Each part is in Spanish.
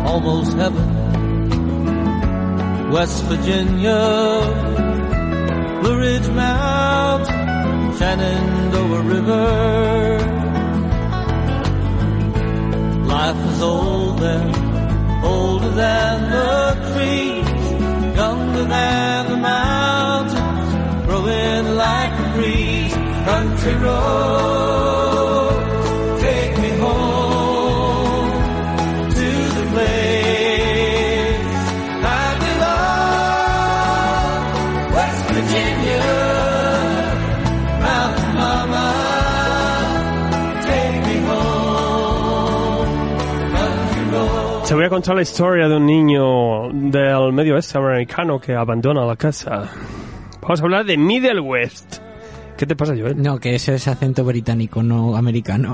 almost heaven. West Virginia, Blue Ridge Mountain, Shenandoah River. Life is old there, older than the trees, younger than the mountains, growing like a breeze. Country road, take me home to the place I belong. West Virginia, Mountain Mama, take me home. Country road. Te voy a contar la historia de un niño del medio oeste americano que abandona la casa. Vamos a hablar de Middle West. ¿Qué te pasa, Joel? No, que ese es acento británico, no americano.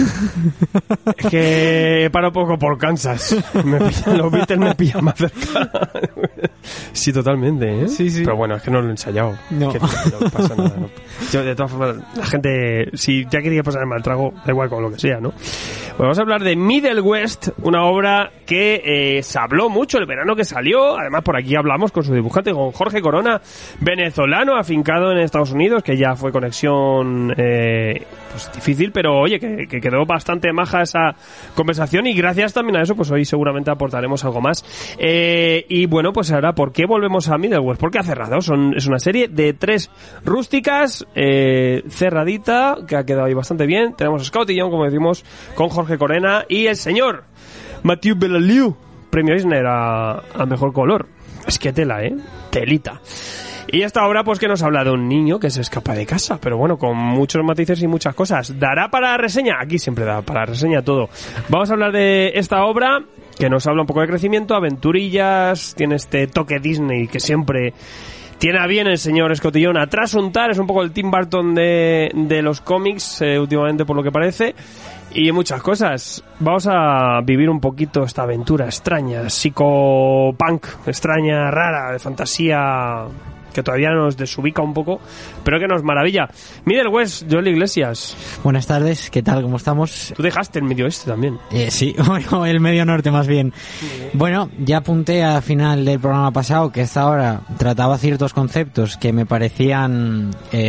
Es que paro poco por Kansas. Los Beatles me pillan más cerca. Sí, totalmente, ¿eh? Sí, sí. Pero bueno, es que no lo he ensayado. No. Que no pasa nada, ¿no? Yo, de todas formas, la gente, si ya quería pasar el mal trago, da igual con lo que sea, ¿no? Bueno, vamos a hablar de Middle West, una obra que se habló mucho el verano que salió. Además, por aquí hablamos con su dibujante, con Jorge Corona, venezolano, afincado en Estados Unidos, que ya fue conexión pues difícil, pero oye, que quedó bastante maja esa conversación, y gracias también a eso, pues hoy seguramente aportaremos algo más. Y bueno, pues ahora, ¿por qué volvemos a Middle West? Porque ha cerrado. Es una serie de 3 rústicas, cerradita, que ha quedado ahí bastante bien. Tenemos a Scott y John, como decimos, con Jorge Corena y el señor Mathieu Bellalieu, premio Eisner a mejor color. Es que tela, telita. Y esta obra, pues, que nos habla de un niño que se escapa de casa, pero bueno, con muchos matices y muchas cosas. ¿Dará para reseña? Aquí siempre da para reseña todo. Vamos a hablar de esta obra, que nos habla un poco de crecimiento, aventurillas, tiene este toque Disney que siempre tiene a bien el señor Escotillón a trasuntar. Es un poco el Tim Burton de los cómics, últimamente, por lo que parece. Y muchas cosas. Vamos a vivir un poquito esta aventura extraña, psicopunk, extraña, rara, de fantasía, que todavía nos desubica un poco, pero que nos maravilla. Middle West, Joel Iglesias. Buenas tardes, ¿qué tal? ¿Cómo estamos? Tú dejaste el medio oeste también. Sí, o el medio norte más bien. Bueno, ya apunté al final del programa pasado que esta obra trataba ciertos conceptos que me parecían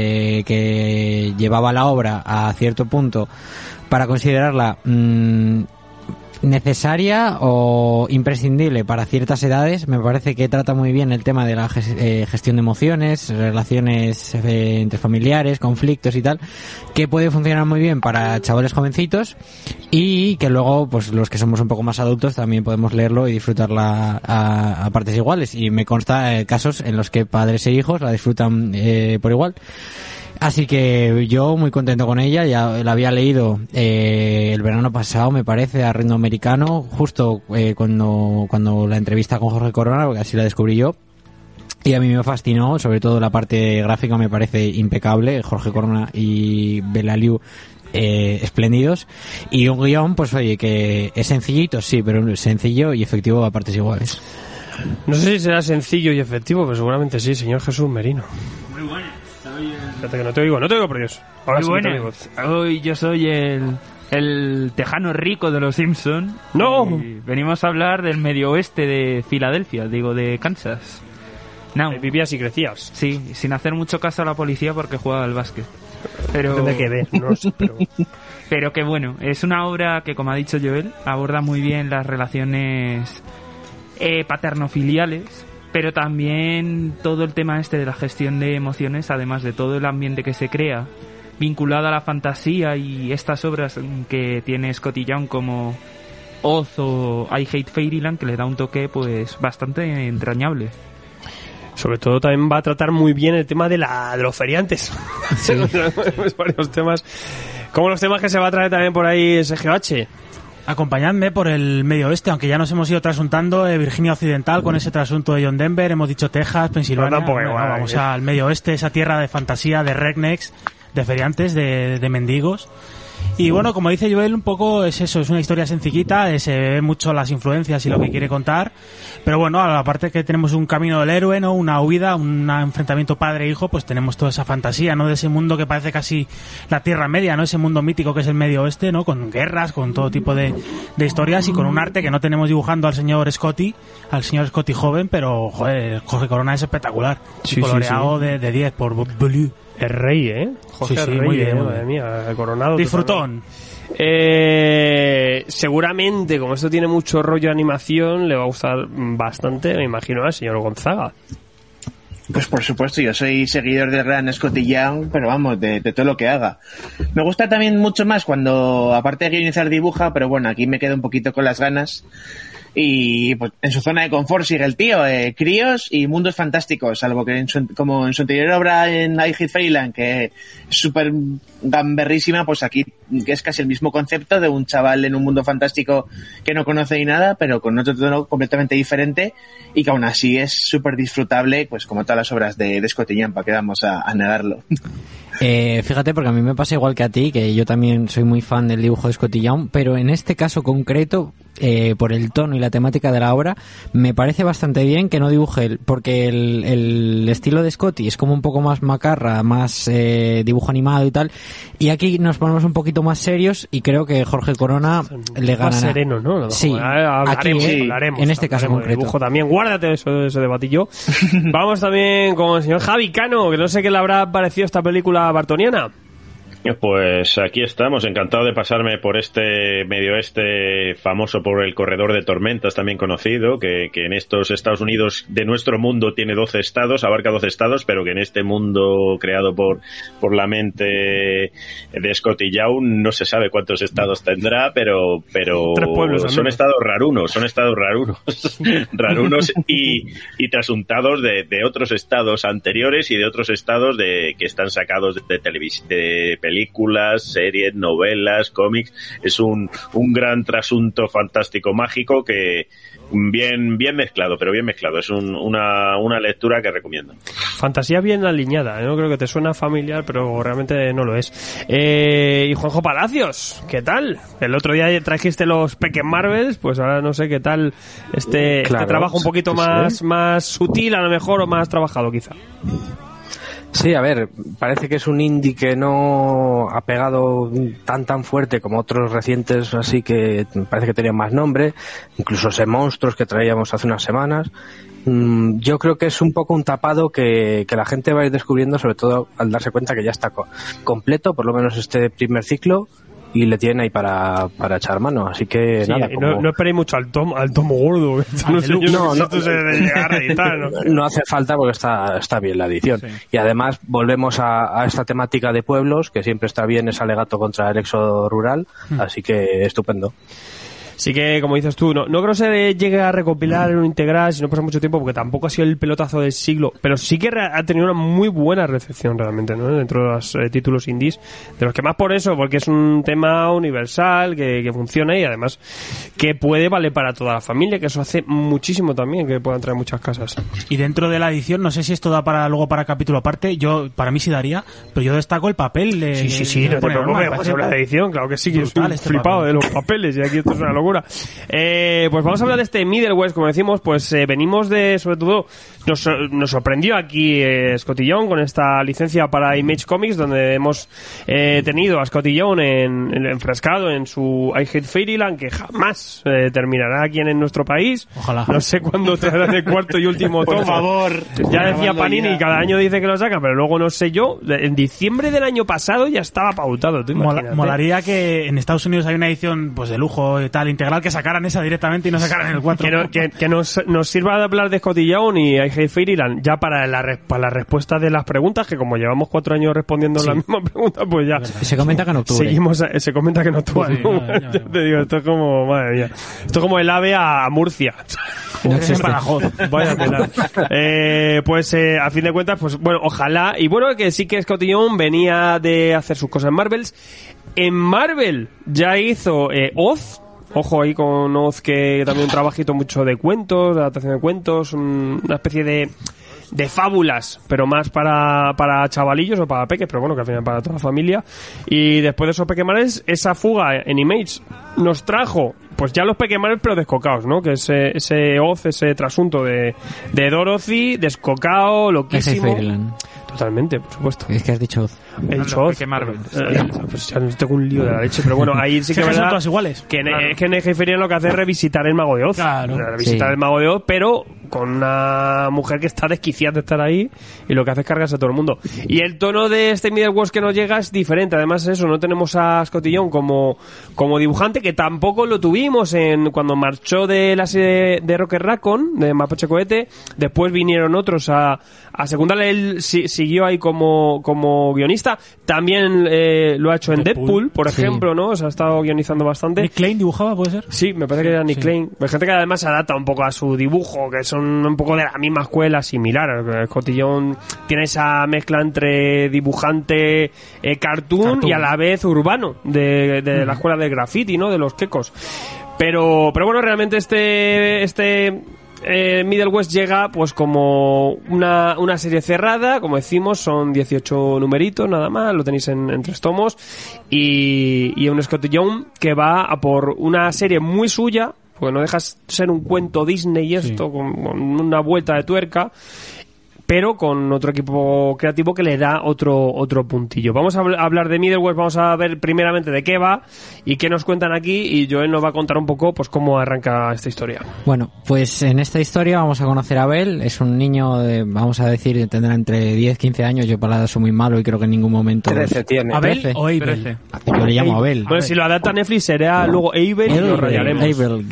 que llevaba la obra a cierto punto para considerarla necesaria o imprescindible para ciertas edades. Me parece que trata muy bien el tema de la gestión de emociones, relaciones entre familiares, conflictos y tal, que puede funcionar muy bien para chavales jovencitos, y que luego, pues, los que somos un poco más adultos también podemos leerlo y disfrutarla a partes iguales, y me consta casos en los que padres e hijos la disfrutan por igual. Así que yo muy contento con ella. Ya la había leído el verano pasado, me parece, a ritmo americano, justo cuando la entrevista con Jorge Corona, porque así la descubrí yo. Y a mí me fascinó, sobre todo la parte gráfica me parece impecable. Jorge Corona y Bellalieu espléndidos. Y un guión, pues oye, que es sencillito, sí, pero sencillo y efectivo a partes iguales. No sé si será sencillo y efectivo, pero seguramente sí, señor Jesús Merino. Muy bueno. Fíjate que no te oigo, por Dios. Ahora muy sí bueno. te oigo. Hoy yo soy el tejano rico de los Simpson. ¡No! Y venimos a hablar del medio oeste de Filadelfia, de Kansas. No. Vivías y crecías. Sí, sin hacer mucho caso a la policía porque jugaba al básquet. Pero depende que ver, no sé, pero... Pero que bueno, es una obra que, como ha dicho Joel, aborda muy bien las relaciones paternofiliales, pero también todo el tema de la gestión de emociones, además de todo el ambiente que se crea vinculado a la fantasía y estas obras que tiene Scott Young como Oz o I Hate Fairyland, que le da un toque pues bastante entrañable. Sobre todo también va a tratar muy bien el tema de los feriantes. Sí. Varios temas, como los temas que se va a traer también por ahí SGH. Acompañadme por el medio oeste, aunque ya nos hemos ido trasuntando Virginia Occidental con ese trasunto de John Denver, hemos dicho Texas, Pensilvania. No, vamos al medio oeste, esa tierra de fantasía, de rednecks, de feriantes, de mendigos. Y bueno, como dice Joel, un poco es eso, es una historia sencillita, se ve mucho las influencias y lo que quiere contar, pero bueno, aparte que tenemos un camino del héroe, ¿no? Una huida, un enfrentamiento padre-hijo, pues tenemos toda esa fantasía, ¿no? De ese mundo que parece casi la Tierra Media, ¿no? Ese mundo mítico que es el Medio Oeste, ¿no? Con guerras, con todo tipo de historias y con un arte que no tenemos dibujando al señor Scotty joven, pero joder, Jorge Corona es espectacular. Sí, coloreado sí. de 10 por Blue. El rey, ¿eh? Jorge Sí, el rey, muy bien, muy madre bien. mía, coronado. Disfrutón. Seguramente, como esto tiene mucho rollo de animación, le va a gustar bastante, me imagino, al señor Gonzaga. Pues por supuesto, yo soy seguidor del gran Scotty Young, pero vamos, de todo lo que haga. Me gusta también mucho más cuando, aparte de guionizar, dibuja, pero bueno, aquí me quedo un poquito con las ganas. Y pues en su zona de confort sigue el tío, críos y mundos fantásticos, salvo que como en su anterior obra en I Hate Fairyland, que es súper gamberrísima, pues aquí que es casi el mismo concepto de un chaval en un mundo fantástico que no conoce ni nada, pero con otro tono completamente diferente y que aún así es súper disfrutable, pues como todas las obras de Scotty Young, para que vamos a negarlo. Fíjate, porque a mí me pasa igual que a ti, que yo también soy muy fan del dibujo de Scotty Young, pero en este caso concreto, por el tono y la temática de la obra, me parece bastante bien que no dibuje él, porque el estilo de Scotty es como un poco más macarra, más dibujo animado y tal, y aquí nos ponemos un poquito más serios y creo que Jorge Corona le gana. Más sereno, ¿no? Sí, hablaremos, aquí, hablaremos. En este caso hablaremos concreto. Dibujo también, guárdate ese debatillo. Vamos también con el señor Javi Cano, que no sé qué le habrá parecido esta película bartoniana. Pues aquí estamos, encantado de pasarme por este Medio Oeste famoso por el corredor de tormentas, también conocido, que en estos Estados Unidos de nuestro mundo tiene 12 estados, abarca 12 estados, pero que en este mundo creado por la mente de Scotty Young no se sabe cuántos estados tendrá, pero 3 pueblos, son estados rarunos y trasuntados de otros estados anteriores y de otros estados que están sacados de televisión, de películas, series, novelas, cómics. Es un gran trasunto fantástico mágico que bien mezclado, pero bien mezclado. Es una lectura que recomiendo. Fantasía bien alineada, no creo que te suena familiar, pero realmente no lo es. Y Juanjo Palacios, ¿qué tal? El otro día trajiste los Peque Marvels, pues ahora no sé qué tal este trabajo un poquito más sutil a lo mejor, o más trabajado quizá. Sí, a ver, parece que es un indie que no ha pegado tan fuerte como otros recientes, así que parece que tenía más nombre, incluso ese Monstruos que traíamos hace unas semanas. Yo creo que es un poco un tapado que la gente va a ir descubriendo, sobre todo al darse cuenta que ya está completo, por lo menos este primer ciclo, y le tienen ahí para echar mano, así que sí, nada. No esperéis mucho al tomo gordo. No hace falta porque está bien la edición. Sí. Y además volvemos a esta temática de pueblos, que siempre está bien ese alegato contra el éxodo rural, así que estupendo. Sí que, como dices tú, no creo que se llegue a recopilar en un integral si no pasa mucho tiempo, porque tampoco ha sido el pelotazo del siglo, pero sí que ha tenido una muy buena recepción realmente, ¿no? Dentro de los títulos indies, de los que más por eso, porque es un tema universal, que funciona y además que puede valer para toda la familia, que eso hace muchísimo también, que puedan traer muchas casas. Y dentro de la edición, no sé si esto da luego para capítulo aparte, para mí sí daría, pero yo destaco el papel de... Sí, no te preocupes, vamos a hablar de edición, claro que sí, que estoy flipado papel de los papeles, y aquí esto es una locura. Pues vamos a hablar de este Middle West, como decimos, pues venimos sobre todo, nos sorprendió aquí Scotty Young con esta licencia para Image Comics, donde hemos tenido a Scotty Young enfrescado en su I Hate Fairyland, que jamás terminará aquí en nuestro país. Ojalá. No sé cuándo traerán el cuarto y último tomo. Por favor. Ya decía Panini, cada año dice que lo saca, pero luego no sé yo. En diciembre del año pasado ya estaba pautado. Molaría que en Estados Unidos hay una edición pues de lujo y tal, integral, que sacaran esa directamente y no sacaran el 4. Que nos sirva de hablar de Scotty Young y I Hate Fairyland ya para la respuesta de las preguntas, que como llevamos 4 años respondiendo la misma pregunta, pues ya. Se comenta que en octubre. Se comenta que en octubre. Pues sí, ya te digo, esto es como, madre mía. Esto es como el AVE a Murcia. No existe. Vaya pena. Pues a fin de cuentas, pues bueno, ojalá. Y bueno, que sí que Scotty Young venía de hacer sus cosas en Marvels. En Marvel ya hizo Oz. Ojo ahí con Oz, que también un trabajito mucho de cuentos, de adaptación de cuentos, una especie de fábulas, pero más para chavalillos o para peques, pero bueno, que al final para toda la familia. Y después de esos Pequemares, esa fuga en Image nos trajo pues ya los Pequemares pero descocaos, ¿no? Que ese Oz, ese trasunto de Dorothy, descocao, loquísimo. Totalmente, por supuesto. Es que has dicho Oz. He dicho Oz. Pues ya tengo un lío de la leche, pero bueno, ahí sí que es verdad son todas iguales. que en Heiferian lo que hace es revisitar el Mago de Oz. Claro. Revisitar el Mago de Oz, pero con una mujer que está desquiciada de estar ahí y lo que hace es cargarse a todo el mundo. Y el tono de este Middle-earth que nos llega es diferente. Además eso, no tenemos a Scotty Young como dibujante, que tampoco lo tuvimos cuando marchó de la serie de Rocket Raccoon, de Mapache Cohete. Después vinieron otros a secundarle. Él siguió ahí como guionista. También lo ha hecho en Deadpool, por ejemplo, ¿no? O sea, ha estado guionizando bastante. ¿Nick Klein dibujaba, puede ser? Sí, me parece que era Nick Klein. Hay gente que además se adapta un poco a su dibujo, que son un poco de la misma escuela, similar. Scotty Young tiene esa mezcla entre dibujante, cartoon y a la vez urbano, de la escuela de graffiti, ¿no? De los quecos. Pero bueno, realmente este Middle West llega pues como una serie cerrada, como decimos, son 18 numeritos nada más, lo tenéis en 3 tomos y un Scotty Young que va a por una serie muy suya, porque no dejas ser un cuento Disney y esto, con una vuelta de tuerca, pero con otro equipo creativo que le da otro puntillo. Vamos a hablar de Middle-earth, vamos a ver primeramente de qué va y qué nos cuentan aquí, y Joel nos va a contar un poco pues cómo arranca esta historia. Bueno, pues en esta historia vamos a conocer a Abel. Es un niño vamos a decir, tendrá entre 10 y 15 años. Yo para la edad soy muy malo y creo que en ningún momento... 13 tiene. ¿Abel 13. o Abel? Yo le llamo Abel. Bueno, si lo adapta a Netflix será luego Abel y lo rayaremos. Abel,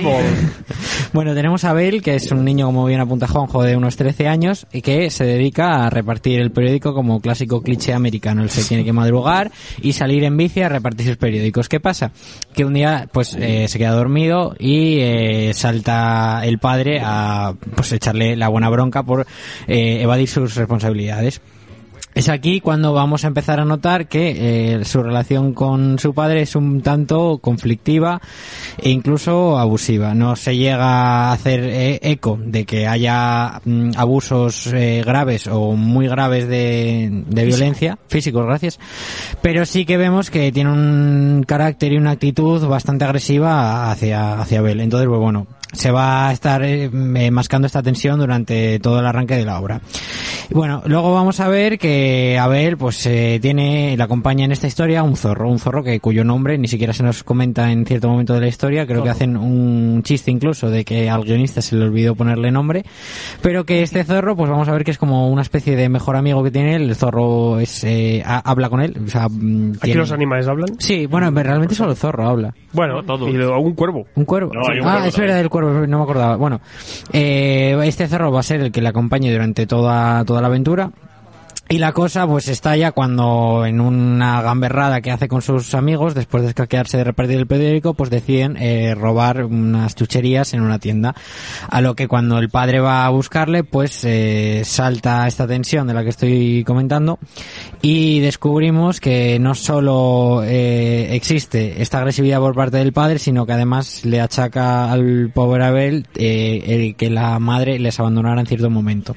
Bueno, tenemos a Abel, que es un niño, como bien apunta Juanjo, de unos 13 años y que se dedica a repartir el periódico como clásico cliché americano. Él se tiene que madrugar y salir en bici a repartir sus periódicos. ¿Qué pasa? Que un día pues se queda dormido y salta el padre a pues echarle la buena bronca por evadir sus responsabilidades. Es aquí cuando vamos a empezar a notar que su relación con su padre es un tanto conflictiva e incluso abusiva. No se llega a hacer eco de que haya abusos graves o muy graves de violencia, físicos, gracias, pero sí que vemos que tiene un carácter y una actitud bastante agresiva hacia Abel. Entonces, pues bueno, se va a estar mascando esta tensión durante todo el arranque de la obra. Bueno, luego vamos a ver que Abel pues le acompaña en esta historia un zorro cuyo nombre ni siquiera se nos comenta en cierto momento de la historia. Creo que hacen un chiste incluso de que al guionista se le olvidó ponerle nombre, pero que este zorro pues vamos a ver que es como una especie de mejor amigo que tiene él. El zorro habla con él, o sea, ¿aquí los animales hablan? Sí, bueno, realmente solo el zorro habla. Bueno, todo. Y luego un cuervo. ¿Un cuervo? No, hay un cuervo es verdad, del cuervo, no me acordaba. Bueno, este zorro va a ser el que le acompañe durante toda la aventura. Y la cosa pues estalla cuando en una gamberrada que hace con sus amigos, después de escaquearse de repartir el periódico, pues deciden robar unas chucherías en una tienda. A lo que cuando el padre va a buscarle, pues salta esta tensión de la que estoy comentando y descubrimos que no solo existe esta agresividad por parte del padre, sino que además le achaca al pobre Abel que la madre les abandonara en cierto momento.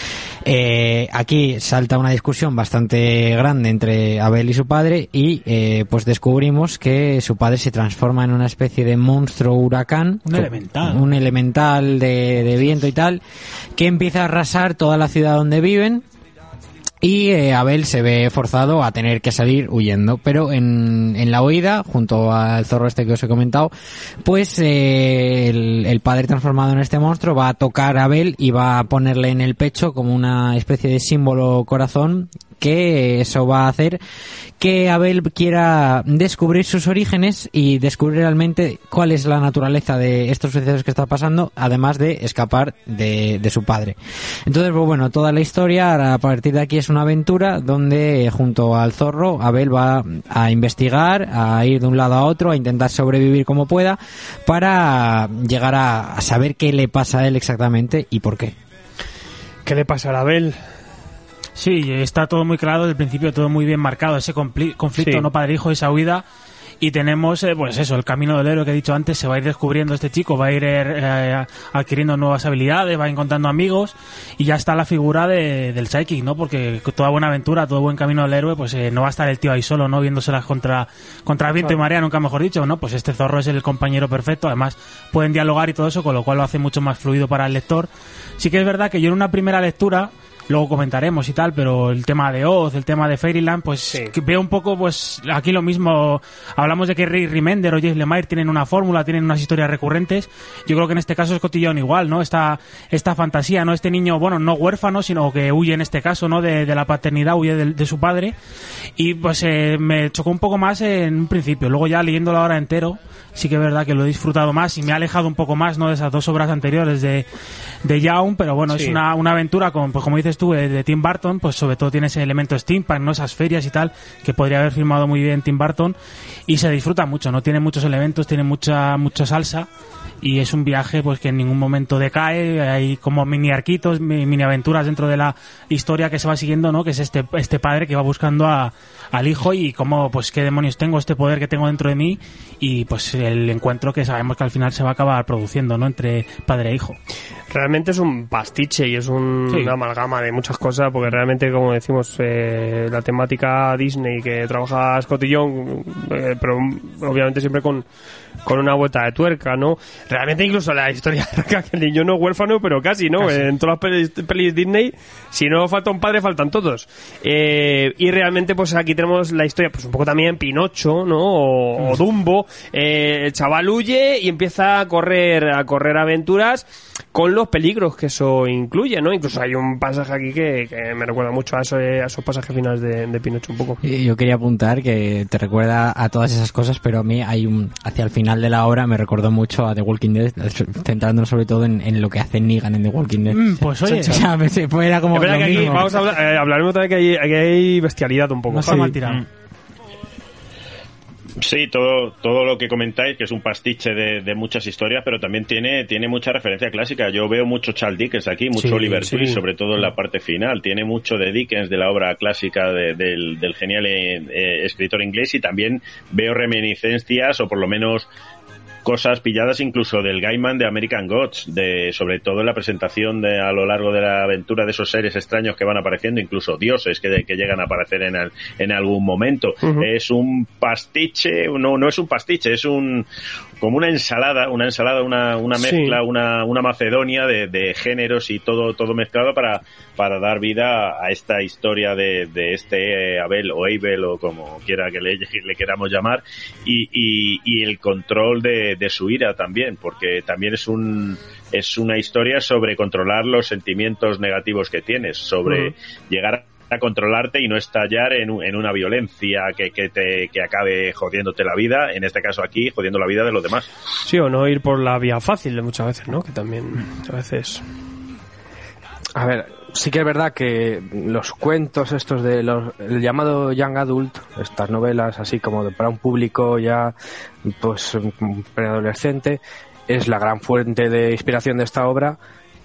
Aquí salta una discusión bastante grande entre Abel y su padre y pues descubrimos que su padre se transforma en una especie de monstruo huracán, un elemental de viento y tal, que empieza a arrasar toda la ciudad donde viven. Y Abel se ve forzado a tener que salir huyendo, pero en la huida, junto al zorro este que os he comentado, pues el padre transformado en este monstruo va a tocar a Abel y va a ponerle en el pecho como una especie de símbolo corazón, que eso va a hacer que Abel quiera descubrir sus orígenes y descubrir realmente cuál es la naturaleza de estos sucesos que está pasando, además de escapar de su padre. Entonces, pues bueno, toda la historia a partir de aquí es una aventura donde junto al zorro Abel va a investigar, a ir de un lado a otro, a intentar sobrevivir como pueda para llegar a saber qué le pasa a él exactamente y por qué. ¿Qué le pasa a Abel? Sí, está todo muy claro desde el principio, todo muy bien marcado, ese conflicto Sí. no padre-hijo, esa huida. Y tenemos, pues eso, el camino del héroe que he dicho antes, se va a ir descubriendo este chico, va a ir adquiriendo nuevas habilidades, va encontrando amigos, y ya está la figura del Psychic, ¿no? Porque toda buena aventura, todo buen camino del héroe, pues no va a estar el tío ahí solo, ¿no? Viéndoselas contra viento y marea, nunca mejor dicho, ¿no? Pues este zorro es el compañero perfecto, además pueden dialogar y todo eso, con lo cual lo hace mucho más fluido para el lector. Sí que es verdad que yo en una primera lectura, luego comentaremos y tal, pero el tema de Oz, el tema de Fairyland, pues Sí. que veo un poco, pues aquí lo mismo. Hablamos de que Rick Remender o James Lemire tienen una fórmula, tienen unas historias recurrentes. Yo creo que en este caso es cotillón igual, ¿no? Esta fantasía, ¿no? Este niño, bueno, no huérfano, sino que huye en este caso, ¿no? De la paternidad, huye de su padre. Y pues me chocó un poco más en un principio. Luego ya leyéndolo ahora entero, sí que es verdad que lo he disfrutado más y me ha alejado un poco más, ¿no? De esas dos obras anteriores de Young, pero bueno, Sí. es una aventura con, pues como dices tú, de Tim Burton, pues sobre todo tiene ese elemento steampunk, ¿no? Esas ferias y tal, que podría haber filmado muy bien Tim Burton, y se disfruta mucho, ¿no? Tiene muchos elementos, tiene mucha salsa, y es un viaje pues que en ningún momento decae. Hay como mini arquitos, mini aventuras dentro de la historia que se va siguiendo, ¿no? Que es este padre que va buscando al hijo, y cómo, pues qué demonios tengo, este poder que tengo dentro de mí, y pues el encuentro que sabemos que al final se va a acabar produciendo, ¿no? Entre padre e hijo. Realmente es un pastiche y es una amalgama de muchas cosas, porque realmente, como decimos, la temática Disney que trabaja Scott y Young, pero obviamente siempre con una vuelta de tuerca, ¿no? Realmente incluso la historia que el niño no es huérfano, pero casi, ¿no? Casi. En todas las pelis Disney, si no falta un padre, faltan todos. Y realmente, pues aquí tenemos la historia, pues un poco también Pinocho, ¿no? O Dumbo. El chaval huye y empieza a correr aventuras con los peligros que eso incluye, ¿no? Incluso hay un pasaje aquí que me recuerda mucho a esos pasajes finales de Pinocho un poco. Yo quería apuntar que te recuerda a todas esas cosas, pero a mí hacia el final de la obra me recordó mucho a The Walking Dead, centrándonos sobre todo en lo que hace Negan en The Walking Dead. Pues oye, O sea, era como Es verdad lo que aquí mismo. vamos a hablar, hablaremos también que aquí hay bestialidad un poco. no está mal tirado. Sí, todo lo que comentáis, que es un pastiche de muchas historias, pero también tiene mucha referencia clásica. Yo veo mucho Charles Dickens aquí, mucho Sí, Oliver sí. Twist, sobre todo en la parte final. Tiene mucho de Dickens, de la obra clásica del genial escritor inglés, y también veo reminiscencias, o por lo menos cosas pilladas incluso del Gaiman de American Gods, sobre todo en la presentación a lo largo de la aventura de esos seres extraños que van apareciendo, incluso dioses que llegan a aparecer en algún momento. Uh-huh. Es un pastiche, no es un pastiche, es como una ensalada, una mezcla, Sí. una macedonia de géneros y todo mezclado para dar vida a esta historia de este Abel o Abel, o como quiera que le queramos llamar, y el control de su ira también, porque también es una historia sobre controlar los sentimientos negativos que tienes, sobre llegar a controlarte y no estallar en una violencia que acabe jodiéndote la vida, en este caso aquí, jodiendo la vida de los demás. Sí, o no ir por la vía fácil de muchas veces, ¿no? Que también a veces... A ver, sí que es verdad que los cuentos estos el llamado Young Adult, estas novelas así como para un público ya pues preadolescente, es la gran fuente de inspiración de esta obra,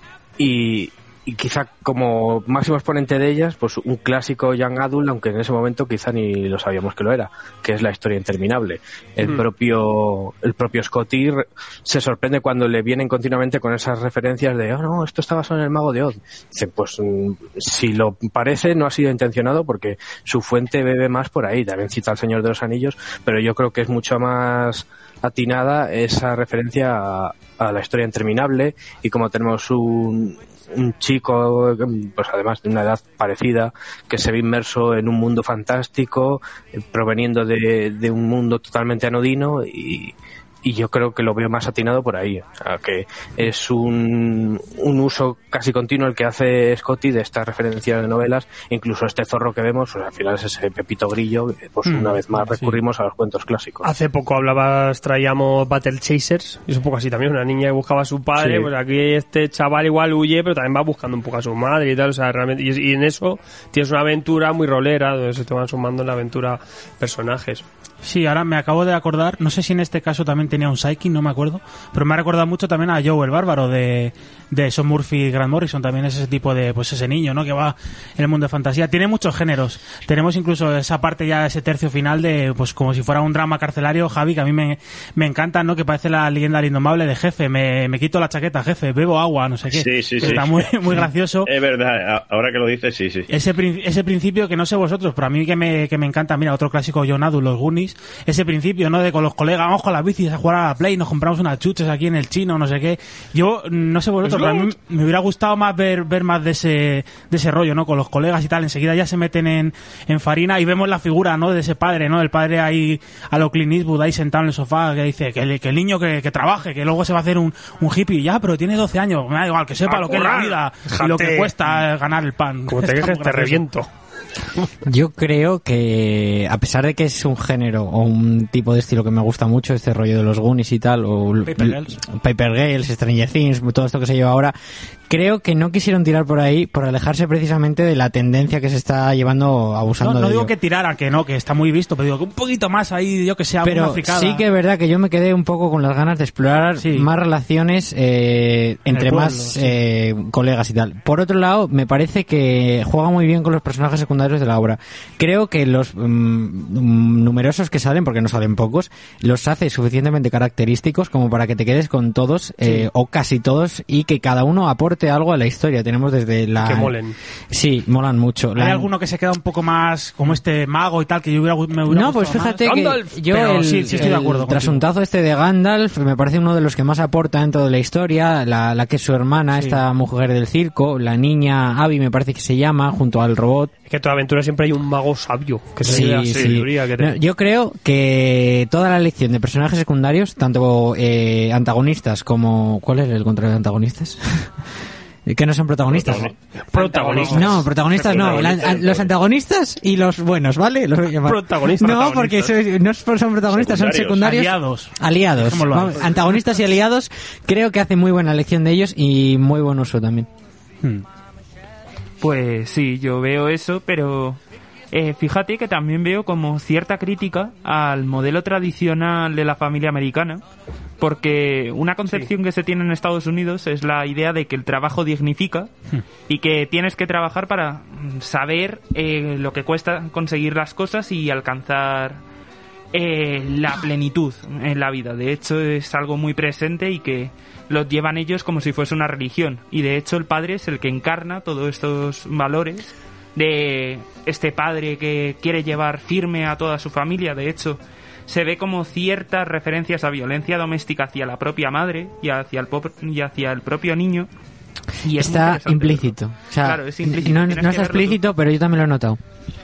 y quizá como máximo exponente de ellas, pues un clásico Young Adult, aunque en ese momento quizá ni lo sabíamos que lo era, que es La historia interminable. El propio Scotty se sorprende cuando le vienen continuamente con esas referencias de, oh no, esto está basado en el Mago de Oz. Dice, pues si lo parece, no ha sido intencionado, porque su fuente bebe más por ahí. También cita al Señor de los Anillos, pero yo creo que es mucho más atinada esa referencia a La historia interminable, y como tenemos un chico, pues además de una edad parecida, que se ve inmerso en un mundo fantástico, proveniendo de un mundo totalmente anodino, y yo creo que lo veo más atinado por ahí. O sea, que es un uso casi continuo el que hace Scotty de estas referencias de novelas. Incluso este zorro que vemos, pues al final es ese Pepito Grillo, pues una vez más recurrimos a los cuentos clásicos. Hace poco traíamos Battle Chasers, y es un poco así también, una niña que buscaba a su padre, Sí. pues aquí este chaval igual huye, pero también va buscando un poco a su madre y tal, o sea, realmente, y en eso tienes una aventura muy rolera, donde se te van sumando en la aventura personajes. Sí, ahora me acabo de acordar, no sé si en este caso también también tenía un Psyche, no me acuerdo, pero me ha recordado mucho también a Joe el Bárbaro de Sean Murphy y Grant Morrison. También es ese tipo de, pues ese niño, ¿no?, que va en el mundo de fantasía. Tiene muchos géneros. Tenemos incluso esa parte ya, ese tercio final de, pues como si fuera un drama carcelario, Javi, que a mí me encanta, ¿no?, que parece la leyenda del indomable de jefe, me quito la chaqueta, jefe, bebo agua, no sé qué. Sí. Está muy gracioso. Es verdad, ahora que lo dices, sí. Ese principio que no sé vosotros, pero a mí que me encanta, mira, otro clásico, John Adult, los Goonies, ese principio, ¿no?, de con los colegas, vamos con las bicis a jugar a la Play, nos compramos unas chuches aquí en el chino, no sé qué. Yo, no sé vosotros, pero a mí me hubiera gustado más ver más de ese rollo, ¿no?, con los colegas y tal. Enseguida ya se meten en farina y vemos la figura, ¿no?, de ese padre, ¿no?, el padre ahí a lo Clint Eastwood, ahí sentado en el sofá, que dice que el niño que trabaje, que luego se va a hacer un hippie, ya, pero tiene 12 años, me da igual, que sepa lo que es la vida y lo que cuesta ganar el pan. Como te quejes, te reviento. Yo creo que, a pesar de que es un género o un tipo de estilo que me gusta mucho, este rollo de los Goonies y tal, o Paper Girls, Stranger Things, todo esto que se lleva ahora, creo que no quisieron tirar por ahí por alejarse precisamente de la tendencia que se está llevando, abusando de No digo ello. que tiraran, que no, que está muy visto, pero digo que un poquito más ahí, yo que sé, pero alguna fricada. sí que es verdad que yo me quedé un poco con las ganas de explorar más relaciones entre pueblo, más colegas y tal. Por otro lado, me parece que juega muy bien con los personajes secundarios de la obra. Creo que los numerosos que salen, porque no salen pocos, los hace suficientemente característicos como para que te quedes con todos, o casi todos, y que cada uno aporte algo a la historia. Tenemos desde la... Que molen. Sí, molan mucho. ¿Hay alguno que se queda un poco más como este mago y tal, que yo me hubiera No, pues gustado fíjate más? que yo Pero el sí, estoy de acuerdo contigo. trasuntazo este de Gandalf me parece uno de los que más aporta dentro de la historia, la que es su hermana, esta mujer del circo, la niña Abby me parece que se llama, junto al robot. Es que en toda aventura siempre hay un mago sabio que se da sabiduría. Que No, yo creo que toda la elección de personajes secundarios, tanto antagonistas como... ¿Cuál es el contrario de antagonistas? Que no son protagonistas. Protagonistas. No, protagonistas no. Los antagonistas y los buenos, ¿vale? Los voy a llamar. Protagonistas. No, porque no son protagonistas, son secundarios. Aliados. Vamos, antagonistas y aliados. Creo que hace muy buena elección de ellos y muy buen uso también. Pues sí, yo veo eso, pero fíjate que también veo como cierta crítica al modelo tradicional de la familia americana, porque una concepción que se tiene en Estados Unidos es la idea de que el trabajo dignifica y que tienes que trabajar para saber lo que cuesta conseguir las cosas y alcanzar la plenitud en la vida. De hecho, es algo muy presente y que lo llevan ellos como si fuese una religión. Y de hecho el padre es el que encarna todos estos valores de este padre que quiere llevar firme a toda su familia. De hecho, se ve como ciertas referencias a violencia doméstica hacia la propia madre y hacia el propio niño. Y está implícito. O sea, claro, es implícito. No está explícito, pero yo también lo he notado.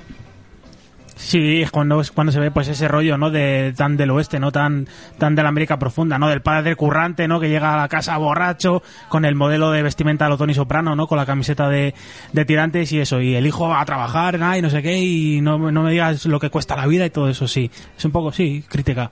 Sí, es cuando se ve pues ese rollo, ¿no?, de tan del oeste, no tan de la América profunda, ¿no?, del padre currante, ¿no?, que llega a la casa borracho con el modelo de vestimenta de los Tony Soprano, ¿no?, con la camiseta de tirantes y eso, y el hijo va a trabajar, y no sé qué, y no me digas lo que cuesta la vida y todo eso. Sí, es un poco, crítica.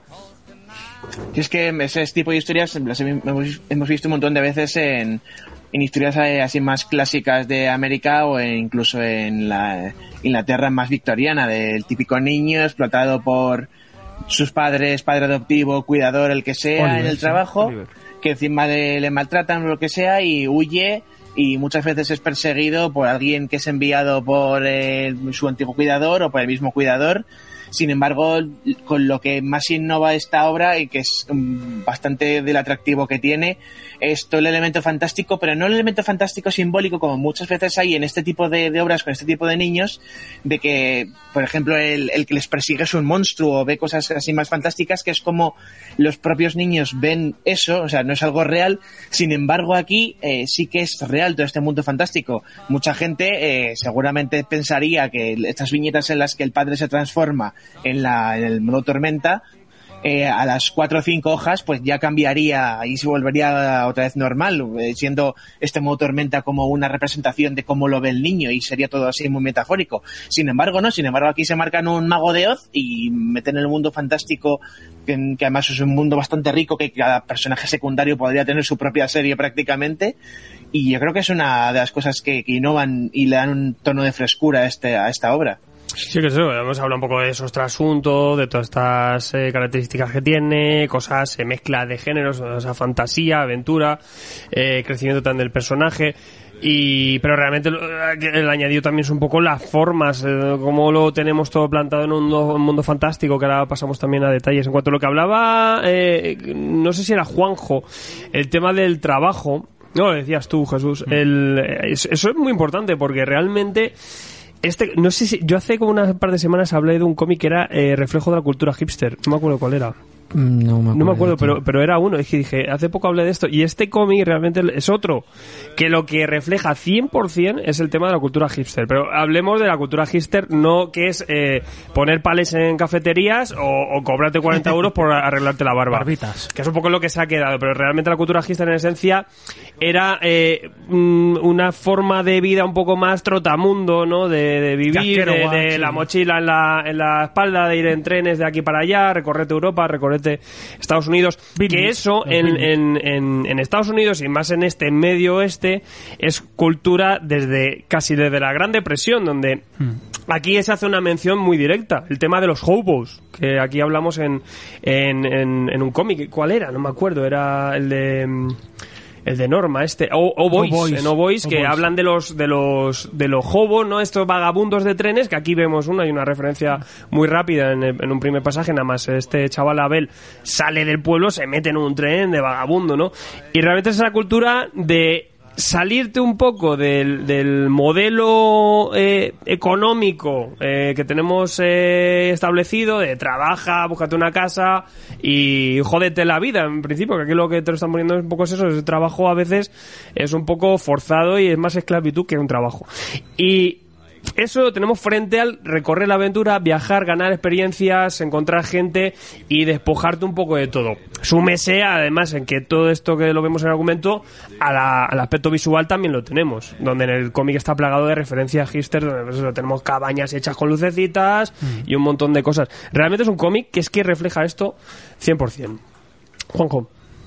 Y es que ese tipo de historias las hemos visto un montón de veces en historias así más clásicas de América o incluso en la Inglaterra más victoriana, del típico niño explotado por sus padres, padre adoptivo, cuidador, el que sea, Oliver, en el trabajo, que encima le maltratan o lo que sea y huye, y muchas veces es perseguido por alguien que es enviado por su antiguo cuidador o por el mismo cuidador. Sin embargo, con lo que más innova esta obra y que es bastante del atractivo que tiene, es todo el elemento fantástico, pero no el elemento fantástico simbólico como muchas veces hay en este tipo de obras con este tipo de niños, de que, por ejemplo, el que les persigue es un monstruo o ve cosas así más fantásticas, que es como los propios niños ven eso, o sea, no es algo real. Sin embargo, aquí sí que es real todo este mundo fantástico. Mucha gente seguramente pensaría que estas viñetas en las que el padre se transforma en el modo tormenta, a las 4 o 5 hojas pues ya cambiaría y se volvería otra vez normal, siendo este modo tormenta como una representación de cómo lo ve el niño y sería todo así muy metafórico. Sin embargo aquí se marcan un mago de Oz y meten el mundo fantástico, que además es un mundo bastante rico, que cada personaje secundario podría tener su propia serie prácticamente, y yo creo que es una de las cosas que innovan y le dan un tono de frescura a esta obra. Sí, que eso, hemos hablado un poco de esos trasuntos, de todas estas características que tiene, cosas, mezcla de géneros, esa fantasía, aventura, crecimiento también del personaje. Pero realmente el añadido también es un poco las formas, cómo lo tenemos todo plantado en un mundo fantástico, que ahora pasamos también a detalles. En cuanto a lo que hablaba, no sé si era Juanjo, el tema del trabajo, no lo decías tú, Jesús, eso es muy importante porque realmente no sé si yo hace como unas par de semanas hablé de un cómic que era reflejo de la cultura hipster, no me acuerdo cuál era. No me acuerdo, pero era uno. Es que dije, hace poco hablé de esto. Y este cómic realmente es otro. Que lo que refleja 100% es el tema de la cultura hipster. Pero hablemos de la cultura hipster, no que es poner pales en cafeterías o cobrarte 40 euros por arreglarte la barba. Barbitas. Que es un poco lo que se ha quedado. Pero realmente la cultura hipster en esencia era una forma de vida un poco más trotamundo, ¿no? De vivir, de la mochila en la espalda, de ir en trenes de aquí para allá, recorrerte Europa, recorrerte Estados Unidos, que eso en Estados Unidos y más en este medio oeste es cultura casi desde la Gran Depresión, donde aquí se hace una mención muy directa, el tema de los hobos, que aquí hablamos en un cómic. ¿Cuál era? No me acuerdo, era el de Norma, Boys, que hablan de los hobos, ¿no? Estos vagabundos de trenes, que aquí vemos hay una referencia muy rápida en un primer pasaje, nada más este chaval Abel sale del pueblo, se mete en un tren de vagabundo, ¿no? Y realmente es esa cultura de salirte un poco del modelo económico que tenemos establecido, de trabaja, búscate una casa y jódete la vida, en principio, que aquí lo que te lo están poniendo es un poco eso, ese trabajo a veces es un poco forzado y es más esclavitud que un trabajo. Y eso lo tenemos frente al recorrer la aventura, viajar, ganar experiencias, encontrar gente y despojarte un poco de todo. Súmese, además, en que todo esto que lo vemos en el argumento, al aspecto visual también lo tenemos, donde en el cómic está plagado de referencias hipster, donde pues, tenemos cabañas hechas con lucecitas y un montón de cosas. Realmente es un cómic que refleja esto 100%. Juanjo.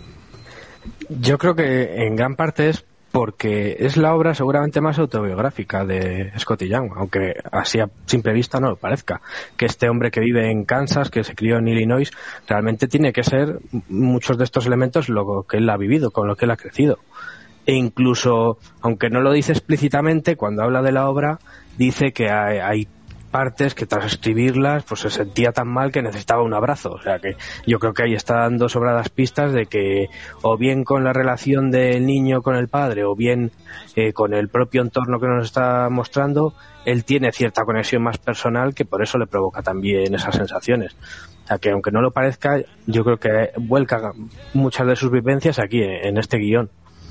Yo creo que en gran parte es porque es la obra seguramente más autobiográfica de Scotty Young, aunque así a simple vista no lo parezca. Que este hombre que vive en Kansas, que se crió en Illinois, realmente tiene que ser muchos de estos elementos lo que él ha vivido, con lo que él ha crecido. E incluso, aunque no lo dice explícitamente, cuando habla de la obra, dice que hay partes que tras escribirlas pues se sentía tan mal que necesitaba un abrazo. O sea que yo creo que ahí está dando sobradas pistas de que o bien con la relación del niño con el padre o bien con el propio entorno que nos está mostrando, él tiene cierta conexión más personal que por eso le provoca también esas sensaciones. O sea que aunque no lo parezca, yo creo que vuelca muchas de sus vivencias aquí en este guión.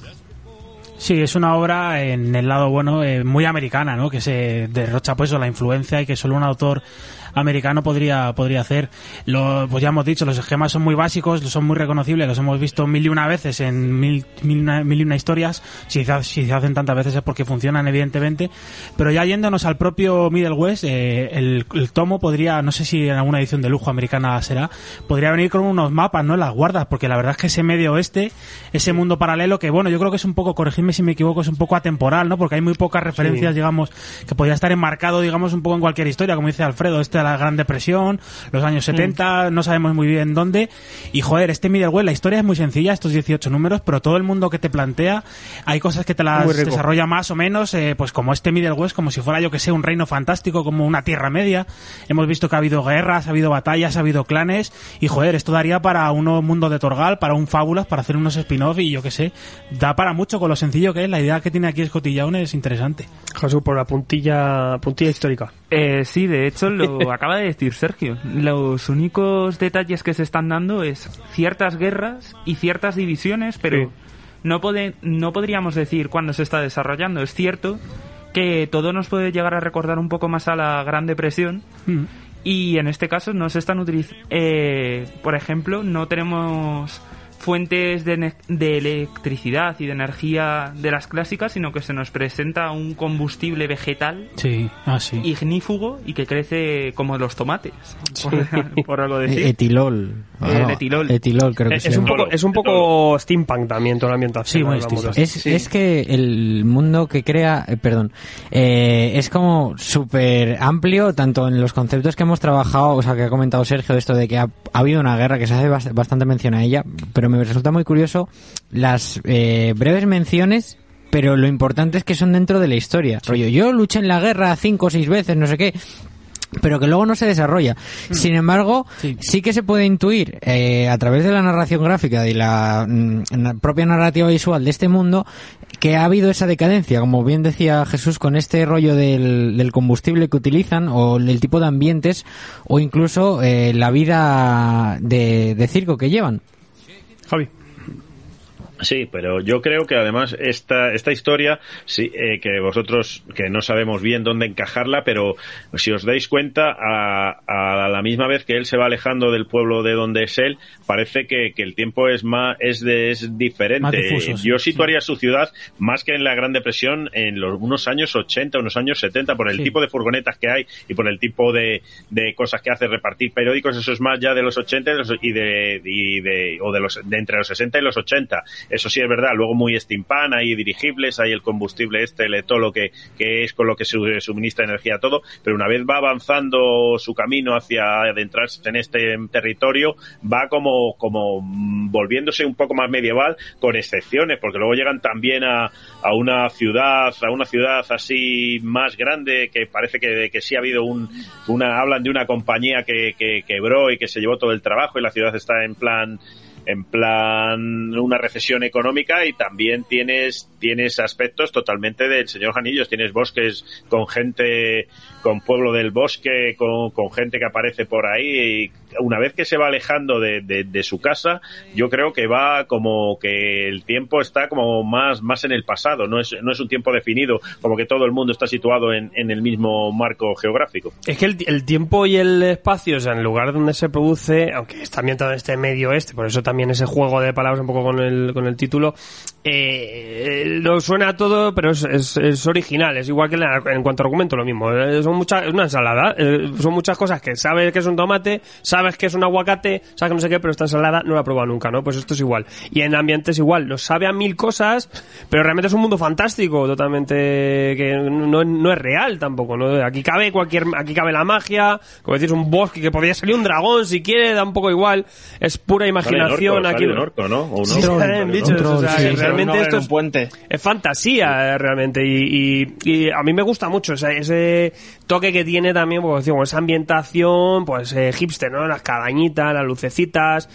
Sí, es una obra en el lado bueno muy americana, ¿no? Que se derrocha pues la influencia y que solo un autor americano podría hacer. Pues ya hemos dicho, los esquemas son muy básicos, son muy reconocibles, los hemos visto 1001 veces en mil y una historias. Si se hacen tantas veces es porque funcionan, evidentemente. Pero ya yéndonos al propio Middle West, el tomo podría, no sé si en alguna edición de lujo americana será, podría venir con unos mapas, ¿no? Las guardas, porque la verdad es que ese medio oeste, ese mundo paralelo, que bueno, yo creo que es un poco, corregidme si me equivoco, es un poco atemporal, ¿no? Porque hay muy pocas referencias, digamos, que podría estar enmarcado, digamos, un poco en cualquier historia, como dice Alfredo, la Gran Depresión, los años 70, no sabemos muy bien dónde. Y joder, este Middle West, la historia es muy sencilla, estos 18 números, pero todo el mundo que te plantea, hay cosas que te las desarrolla más o menos, pues como este Middle West, como si fuera, yo que sé, un reino fantástico, como una Tierra Media. Hemos visto que ha habido guerras, ha habido batallas, ha habido clanes, y joder, esto daría para un mundo de Torgal, para un Fábulas, para hacer unos spin-off, y yo que sé, da para mucho con lo sencillo que es. La idea que tiene aquí Scotty Young es interesante. Jesús, por la puntilla histórica. Sí, de hecho lo acaba de decir Sergio. Los únicos detalles que se están dando es ciertas guerras y ciertas divisiones, pero no podríamos decir cuándo se está desarrollando. Es cierto que todo nos puede llegar a recordar un poco más a la Gran Depresión, y en este caso no se están utilizando, por ejemplo, no tenemos fuentes de electricidad y de energía de las clásicas, sino que se nos presenta un combustible vegetal ignífugo y que crece como los tomates, por algo decir. Etilol. de Etilol. Etilol, creo que Es un poco steampunk también, toda la ambientación. Sí, muy digamos. steampunk. Es que el mundo que crea, es como súper amplio, tanto en los conceptos que hemos trabajado, o sea, que ha comentado Sergio, de esto de que ha habido una guerra, que se hace bastante mención a ella, pero me resulta muy curioso las breves menciones, pero lo importante es que son dentro de la historia. Rollo, yo luché en la guerra 5 o 6 veces, no sé qué, pero que luego no se desarrolla. Sin embargo, sí que se puede intuir a través de la narración gráfica y la propia narrativa visual de este mundo que ha habido esa decadencia, como bien decía Jesús, con este rollo del combustible que utilizan, o el tipo de ambientes, o incluso la vida de circo que llevan. Javi. Sí, pero yo creo que además esta historia, sí, que vosotros, que no sabemos bien dónde encajarla, pero si os dais cuenta, a la misma vez que él se va alejando del pueblo de donde es él, parece que el tiempo es diferente. Más difuso, sí. Yo situaría su ciudad más que en la Gran Depresión en unos años 80, unos años 70, por el tipo de furgonetas que hay y por el tipo de cosas que hace, repartir periódicos. Eso es más ya de los 80 de entre los 60 y los 80. Eso sí es verdad. Luego muy steampunk, hay dirigibles, hay el combustible todo lo que es con lo que se suministra energía, todo, pero una vez va avanzando su camino hacia adentrarse en este territorio, va como volviéndose un poco más medieval, con excepciones, porque luego llegan también a una ciudad así más grande, que parece que sí ha habido hablan de una compañía que quebró y que se llevó todo el trabajo, y la ciudad está en plan una recesión económica, y también tienes aspectos totalmente del Señor Anillos. Tienes bosques con gente, con pueblo del bosque, con gente que aparece por ahí, y una vez que se va alejando de su casa, yo creo que va como que el tiempo está como más en el pasado, no es un tiempo definido, como que todo el mundo está situado en el mismo marco geográfico. Es que el tiempo y el espacio, o sea, en el lugar donde se produce, aunque está ambientado en este medio oeste, por eso también ese juego de palabras un poco con el título, no suena todo, pero es original. Es igual que en cuanto a argumento, lo mismo. Es una ensalada. Son muchas cosas que sabes que es un tomate, sabes que es un aguacate, sabes que no sé qué, pero esta ensalada no la he probado nunca, ¿no? Pues esto es igual. Y en ambientes igual. Nos sabe a 1000 cosas, pero realmente es un mundo fantástico, totalmente, que no es real tampoco, ¿no? Aquí cabe la magia, como decís, un bosque que podría salir un dragón si quiere, da un poco igual. Es pura imaginación. Sale un orco, ¿no? O un sí, salen bichos, o sea, sí, realmente esto un puente. Es fantasía, realmente, y a mí me gusta mucho ese toque que tiene también, pues, decimos, esa ambientación, pues, hipster, ¿no? Las cabañitas, las lucecitas,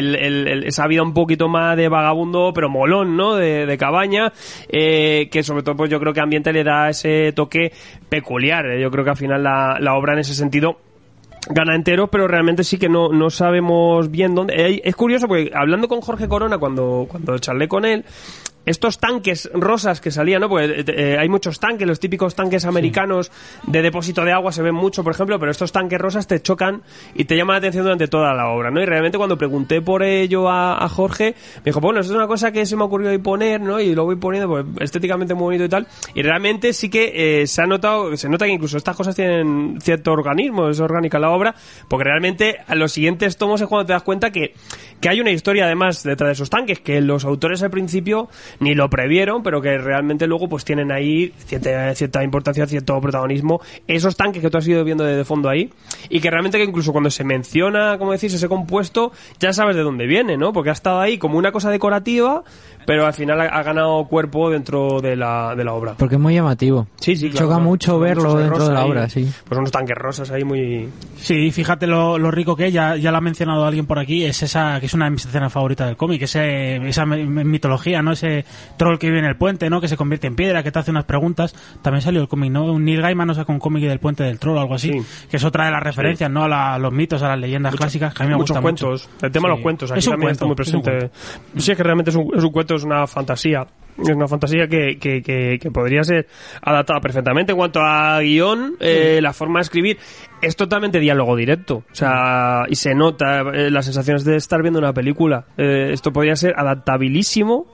esa vida un poquito más de vagabundo, pero molón, ¿no? De cabaña, que sobre todo, pues yo creo que Ambiente le da ese toque peculiar. Yo creo que al final la obra en ese sentido gana entero, pero realmente sí que no sabemos bien dónde. Es curioso porque hablando con Jorge Corona cuando charlé con él, estos tanques rosas que salían, ¿no? Porque hay muchos tanques, los típicos tanques americanos de depósito de agua se ven mucho, por ejemplo, pero estos tanques rosas te chocan y te llaman la atención durante toda la obra, ¿no? Y realmente cuando pregunté por ello a Jorge, me dijo, bueno, esto es una cosa que se me ocurrió ahí poner, ¿no? Y lo voy poniendo, pues, estéticamente muy bonito y tal. Y realmente sí que se nota que incluso estas cosas tienen cierto organismo, es orgánica la obra, porque realmente a los siguientes tomos es cuando te das cuenta que hay una historia además detrás de esos tanques, que los autores al principio ni lo previeron, pero que realmente luego pues tienen ahí cierta importancia, cierto protagonismo, esos tanques que tú has ido viendo de fondo ahí, y que realmente que incluso cuando se menciona, como decís, ese compuesto, ya sabes de dónde viene, ¿no? Porque ha estado ahí como una cosa decorativa, pero al final ha ganado cuerpo dentro de la obra. Porque es muy llamativo. Sí, claro. Choca mucho verlo dentro de la obra, ahí, sí. Pues unos tanques rosas ahí muy... Sí, fíjate lo rico que es, ya lo ha mencionado alguien por aquí, es esa que es una de mis escenas favoritas del cómic, esa mitología, ¿no? Ese troll que vive en el puente, ¿no? Que se convierte en piedra, que te hace unas preguntas. También salió el cómic, ¿no? Neil Gaiman nos sacó un cómic del puente del troll o algo así, que es otra de las referencias, ¿no? A los mitos, a las leyendas clásicas, que a mí me gusta mucho. Muchos cuentos. El tema de los cuentos, aquí también está muy presente. Sí, es que realmente es un cuento, es una fantasía. Es una fantasía que podría ser adaptada perfectamente. En cuanto a guión, la forma de escribir es totalmente diálogo directo. O sea, y se nota las sensaciones de estar viendo una película. Esto podría ser adaptabilísimo.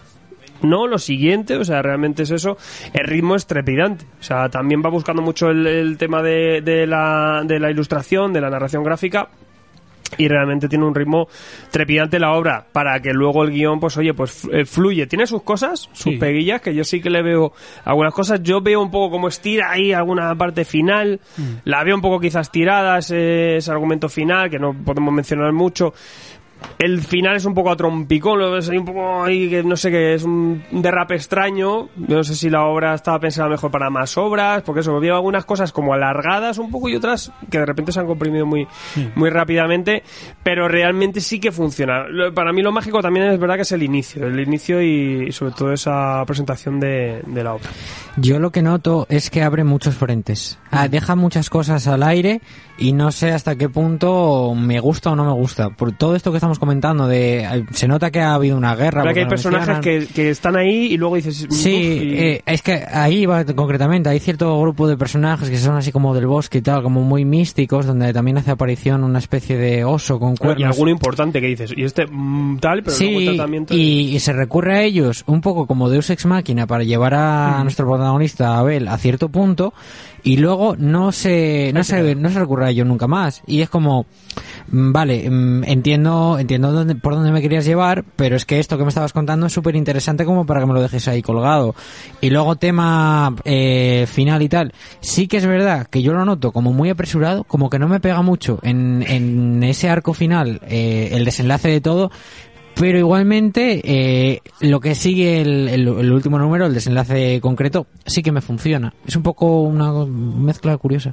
No, lo siguiente, o sea, realmente es eso. El ritmo es trepidante. O sea, también va buscando mucho el tema de la ilustración, de la narración gráfica. y realmente tiene un ritmo trepidante la obra, para que luego el guión pues oye, pues fluye, tiene sus cosas, sus peguillas, que yo sí que le veo algunas cosas. Yo veo un poco como estira ahí alguna parte final, la veo un poco quizás tirada ese argumento final, que no podemos mencionar mucho. El final es un poco a trompicón, lo ves ahí un poco ahí, que no sé, que es un derrape extraño. Yo no sé si la obra estaba pensada mejor para más obras, porque eso, veo algunas cosas como alargadas un poco y otras que de repente se han comprimido muy rápidamente, pero realmente sí que funciona. Para mí lo mágico también es verdad que es el inicio y sobre todo esa presentación de la obra. Yo lo que noto es que abre muchos frentes, deja muchas cosas al aire y no sé hasta qué punto me gusta o no me gusta. Por todo esto que estamos comentando, se nota que ha habido una guerra. Pero que hay personajes que están ahí y luego dices... Sí, es que ahí va concretamente, hay cierto grupo de personajes que son así como del bosque y tal, como muy místicos, donde también hace aparición una especie de oso con cuernos. Y alguno importante que dices, y este tal, pero luego el tratamiento... Y se recurre a ellos un poco como Deus Ex Machina para llevar a nuestro protagonista, Abel, a cierto punto, y luego no se recurre a ello nunca más. Y es como, vale, entiendo por dónde me querías llevar, pero es que esto que me estabas contando es súper interesante como para que me lo dejes ahí colgado. Y luego tema final y tal, sí que es verdad que yo lo noto como muy apresurado, como que no me pega mucho en ese arco final, el desenlace de todo. Pero igualmente, lo que sigue el último número, el desenlace concreto, sí que me funciona. Es un poco una mezcla curiosa.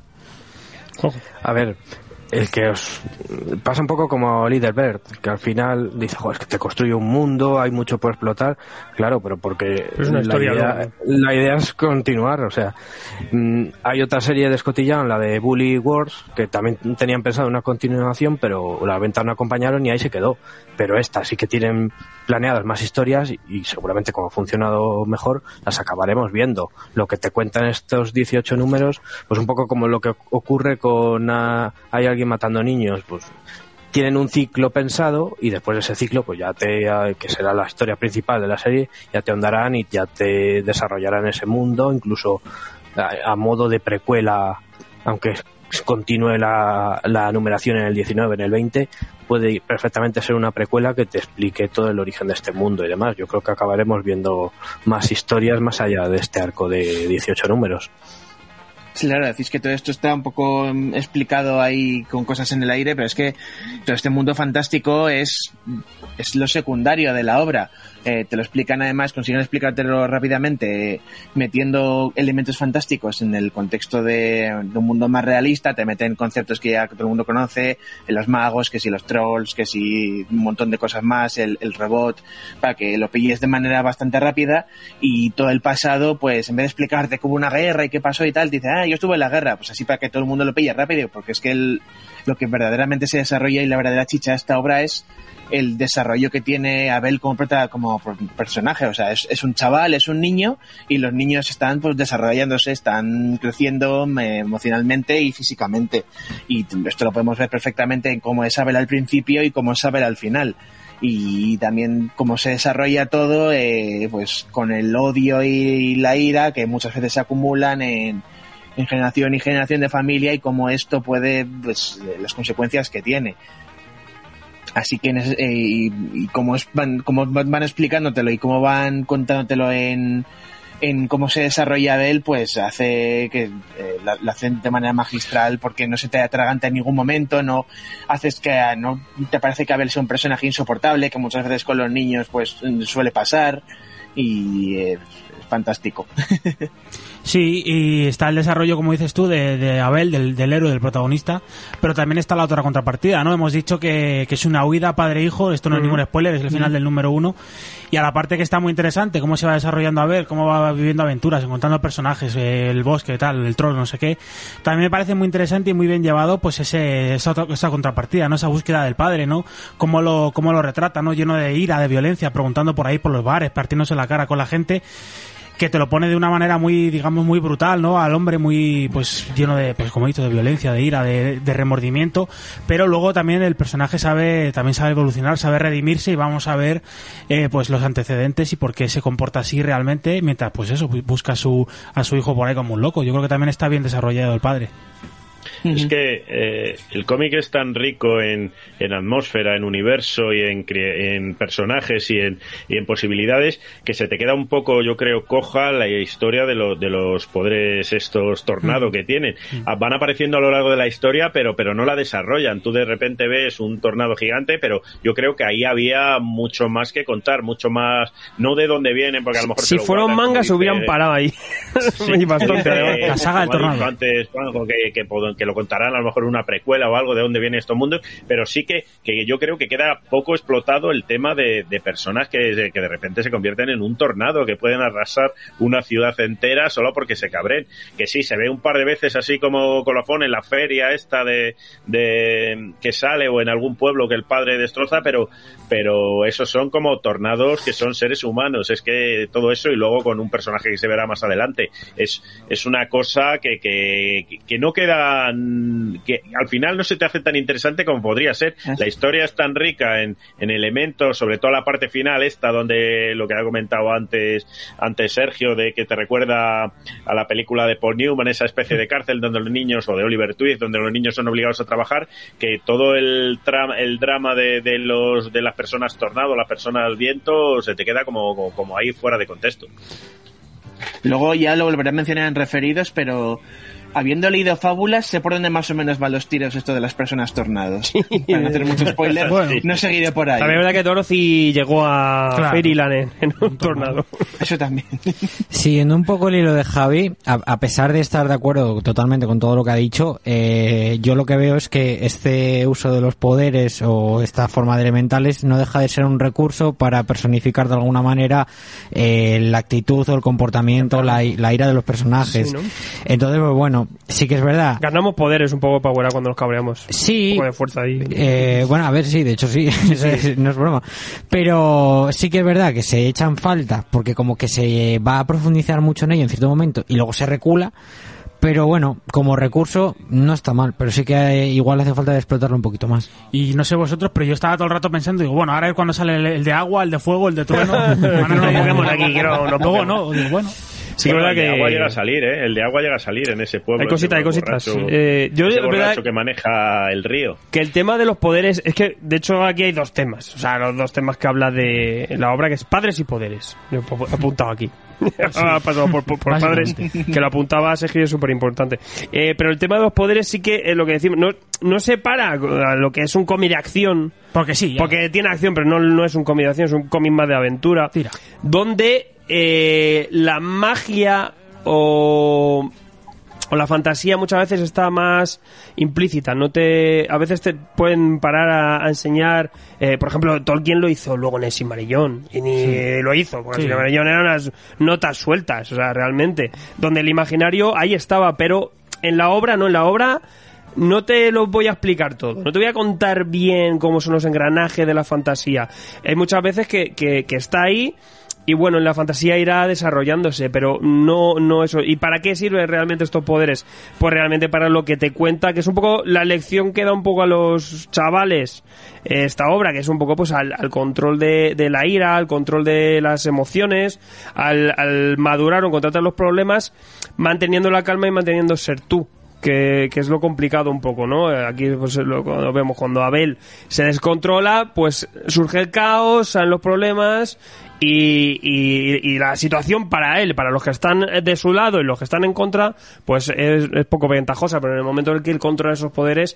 A ver, el que os pasa un poco como Liderbird, que al final dice, joder, es que te construye un mundo, hay mucho por explotar. Claro, pero porque es una historia, la idea es continuar. O sea, hay otra serie de Scott Young, la de Bully Wars, que también tenían pensado una continuación, pero la venta no acompañaron y ahí se quedó. Pero esta sí que tienen planeadas más historias y seguramente, como ha funcionado mejor, las acabaremos viendo. Lo que te cuentan estos 18 números, pues un poco como lo que ocurre con hay alguien matando niños, pues tienen un ciclo pensado y después de ese ciclo, pues que será la historia principal de la serie, ya te ahondarán y ya te desarrollarán ese mundo, incluso a modo de precuela, aunque continúe la numeración en el 19, en el 20, puede perfectamente ser una precuela que te explique todo el origen de este mundo y demás. Yo creo que acabaremos viendo más historias más allá de este arco de 18 números. Sí, claro, decís que todo esto está un poco explicado ahí con cosas en el aire, pero es que todo este mundo fantástico es lo secundario de la obra. Te lo explican, además, consiguen explicártelo rápidamente, metiendo elementos fantásticos en el contexto de un mundo más realista. Te meten conceptos que ya todo el mundo conoce, los magos, que si los trolls, que si un montón de cosas más, el robot, para que lo pilles de manera bastante rápida. Y todo el pasado, pues en vez de explicarte que hubo una guerra y qué pasó y tal, dice, yo estuve en la guerra, pues así para que todo el mundo lo pille rápido, porque es que lo que verdaderamente se desarrolla y la verdadera chicha de esta obra es el desarrollo que tiene Abel como personaje. O sea, es un chaval, es un niño, y los niños están pues desarrollándose, están creciendo emocionalmente y físicamente, y esto lo podemos ver perfectamente en cómo es Abel al principio y cómo es Abel al final, y también cómo se desarrolla todo, pues con el odio y la ira que muchas veces se acumulan en generación y generación de familia, y cómo esto puede, pues las consecuencias que tiene. Así que y cómo van explicándotelo y cómo van contándotelo en cómo se desarrolla Abel, pues hace que la hacen de manera magistral, porque no se te atraganta en ningún momento, no haces que no te parece que Abel sea un personaje insoportable, que muchas veces con los niños pues suele pasar, y es fantástico. Sí, y está el desarrollo, como dices tú, de Abel, del héroe, del protagonista, pero también está la otra contrapartida, ¿no? Hemos dicho que es una huida padre-hijo, esto no es ningún spoiler, es el final del número 1, y a la parte que está muy interesante, cómo se va desarrollando Abel, cómo va viviendo aventuras, encontrando personajes, el bosque, tal, el troll, no sé qué, también me parece muy interesante y muy bien llevado, pues esa contrapartida, ¿no? Esa búsqueda del padre, ¿no? Cómo lo retrata, ¿no? Lleno de ira, de violencia, preguntando por ahí por los bares, partiéndose la cara con la gente, que te lo pone de una manera muy, digamos, muy brutal, ¿no? Al hombre muy, pues, lleno de, pues, como he dicho, de violencia, de ira, de remordimiento, pero luego también el personaje sabe evolucionar, sabe redimirse, y vamos a ver, pues, los antecedentes y por qué se comporta así realmente, mientras, pues eso, busca a su hijo por ahí como un loco. Yo creo que también está bien desarrollado el padre. Es que el cómic es tan rico en atmósfera, en universo y en personajes y en posibilidades, que se te queda un poco, yo creo, coja la historia de los poderes estos tornado que tienen. Van apareciendo a lo largo de la historia, pero no la desarrollan. Tú de repente ves un tornado gigante, pero yo creo que ahí había mucho más que contar, mucho más, no de dónde vienen, porque a lo mejor si fueron mangas se hubieran parado ahí. Sí, bastante. La saga del tornado. Antes, Juanjo, que lo contarán a lo mejor en una precuela o algo de dónde vienen estos mundos, pero sí que yo creo que queda poco explotado el tema de personas que de repente se convierten en un tornado, que pueden arrasar una ciudad entera solo porque se cabren. Que sí, se ve un par de veces así como colofón en la feria esta de que sale, o en algún pueblo que el padre destroza, pero esos son como tornados que son seres humanos. Es que todo eso, y luego con un personaje que se verá más adelante, es una cosa que no queda, que al final no se te hace tan interesante como podría ser. La historia es tan rica en elementos, sobre todo la parte final esta, donde lo que ha comentado antes Sergio, de que te recuerda a la película de Paul Newman, esa especie de cárcel donde los niños, o de Oliver Twist, donde los niños son obligados a trabajar, que todo el drama de las personas tornado, las personas viento, se te queda como ahí fuera de contexto. Luego ya lo volveré a mencionar en referidos, pero habiendo leído fábulas, sé por dónde más o menos van los tiros esto de las personas tornados. Para no hacer mucho spoiler, bueno, no seguiré por ahí. La verdad que Dorothy llegó a Fairyland en un tornado. Eso también. Siguiendo un poco el hilo de Javi, a pesar de estar de acuerdo totalmente con todo lo que ha dicho, yo lo que veo es que este uso de los poderes o esta forma de elementales no deja de ser un recurso para personificar de alguna manera la actitud o el comportamiento, la ira de los personajes. Sí, ¿no? Entonces, pues bueno, sí que es verdad. Ganamos poderes un poco Power cuando nos cabreamos. Sí. Un poco de fuerza ahí. Bueno, a ver, sí, de hecho sí, no es broma. Pero sí que es verdad que se echan falta, porque como que se va a profundizar mucho en ello en cierto momento y luego se recula. Pero bueno, como recurso no está mal, pero sí que igual hace falta de explotarlo un poquito más. Y no sé vosotros, pero yo estaba todo el rato pensando, digo, bueno, ahora es cuando sale el de agua, el de fuego, el de trueno. aquí, luego no, digo, bueno. Sí, bueno, el de agua llega a salir, El de agua llega a salir en ese pueblo. Hay cositas. Yo ese borracho que maneja el río. Que el tema de los poderes, es que de hecho aquí hay dos temas. O sea, los dos temas que habla de la obra, que es Padres y Poderes. Lo he apuntado aquí. Ha pasado por Padres, que lo apuntaba Sergio, es súper importante. Pero el tema de los poderes sí que lo que decimos, no separa a lo que es un cómic de acción. Porque sí. Ya. Porque tiene acción, pero no es un cómic de acción, es un cómic más de aventura. Tira. Donde la magia o la fantasía muchas veces está más implícita. A veces te pueden parar a enseñar, por ejemplo, Tolkien lo hizo luego en el Silmarillion, y ni lo hizo, porque el Silmarillion eran unas notas sueltas, o sea, realmente, donde el imaginario ahí estaba, pero en la obra no te lo voy a explicar todo. No te voy a contar bien cómo son los engranajes de la fantasía. Hay muchas veces que está ahí. Y bueno, en la fantasía irá desarrollándose, pero no eso. ¿Y para qué sirven realmente estos poderes? Pues realmente para lo que te cuenta, que es un poco la lección que da un poco a los chavales esta obra, que es un poco pues al control de la ira, al control de las emociones, al madurar o encontrarte los problemas, manteniendo la calma y manteniendo ser tú. Que es lo complicado un poco, ¿no? Aquí pues cuando vemos cuando Abel se descontrola, pues surge el caos, salen los problemas y la situación para él, para los que están de su lado y los que están en contra, pues es poco ventajosa, pero en el momento en el que él controla esos poderes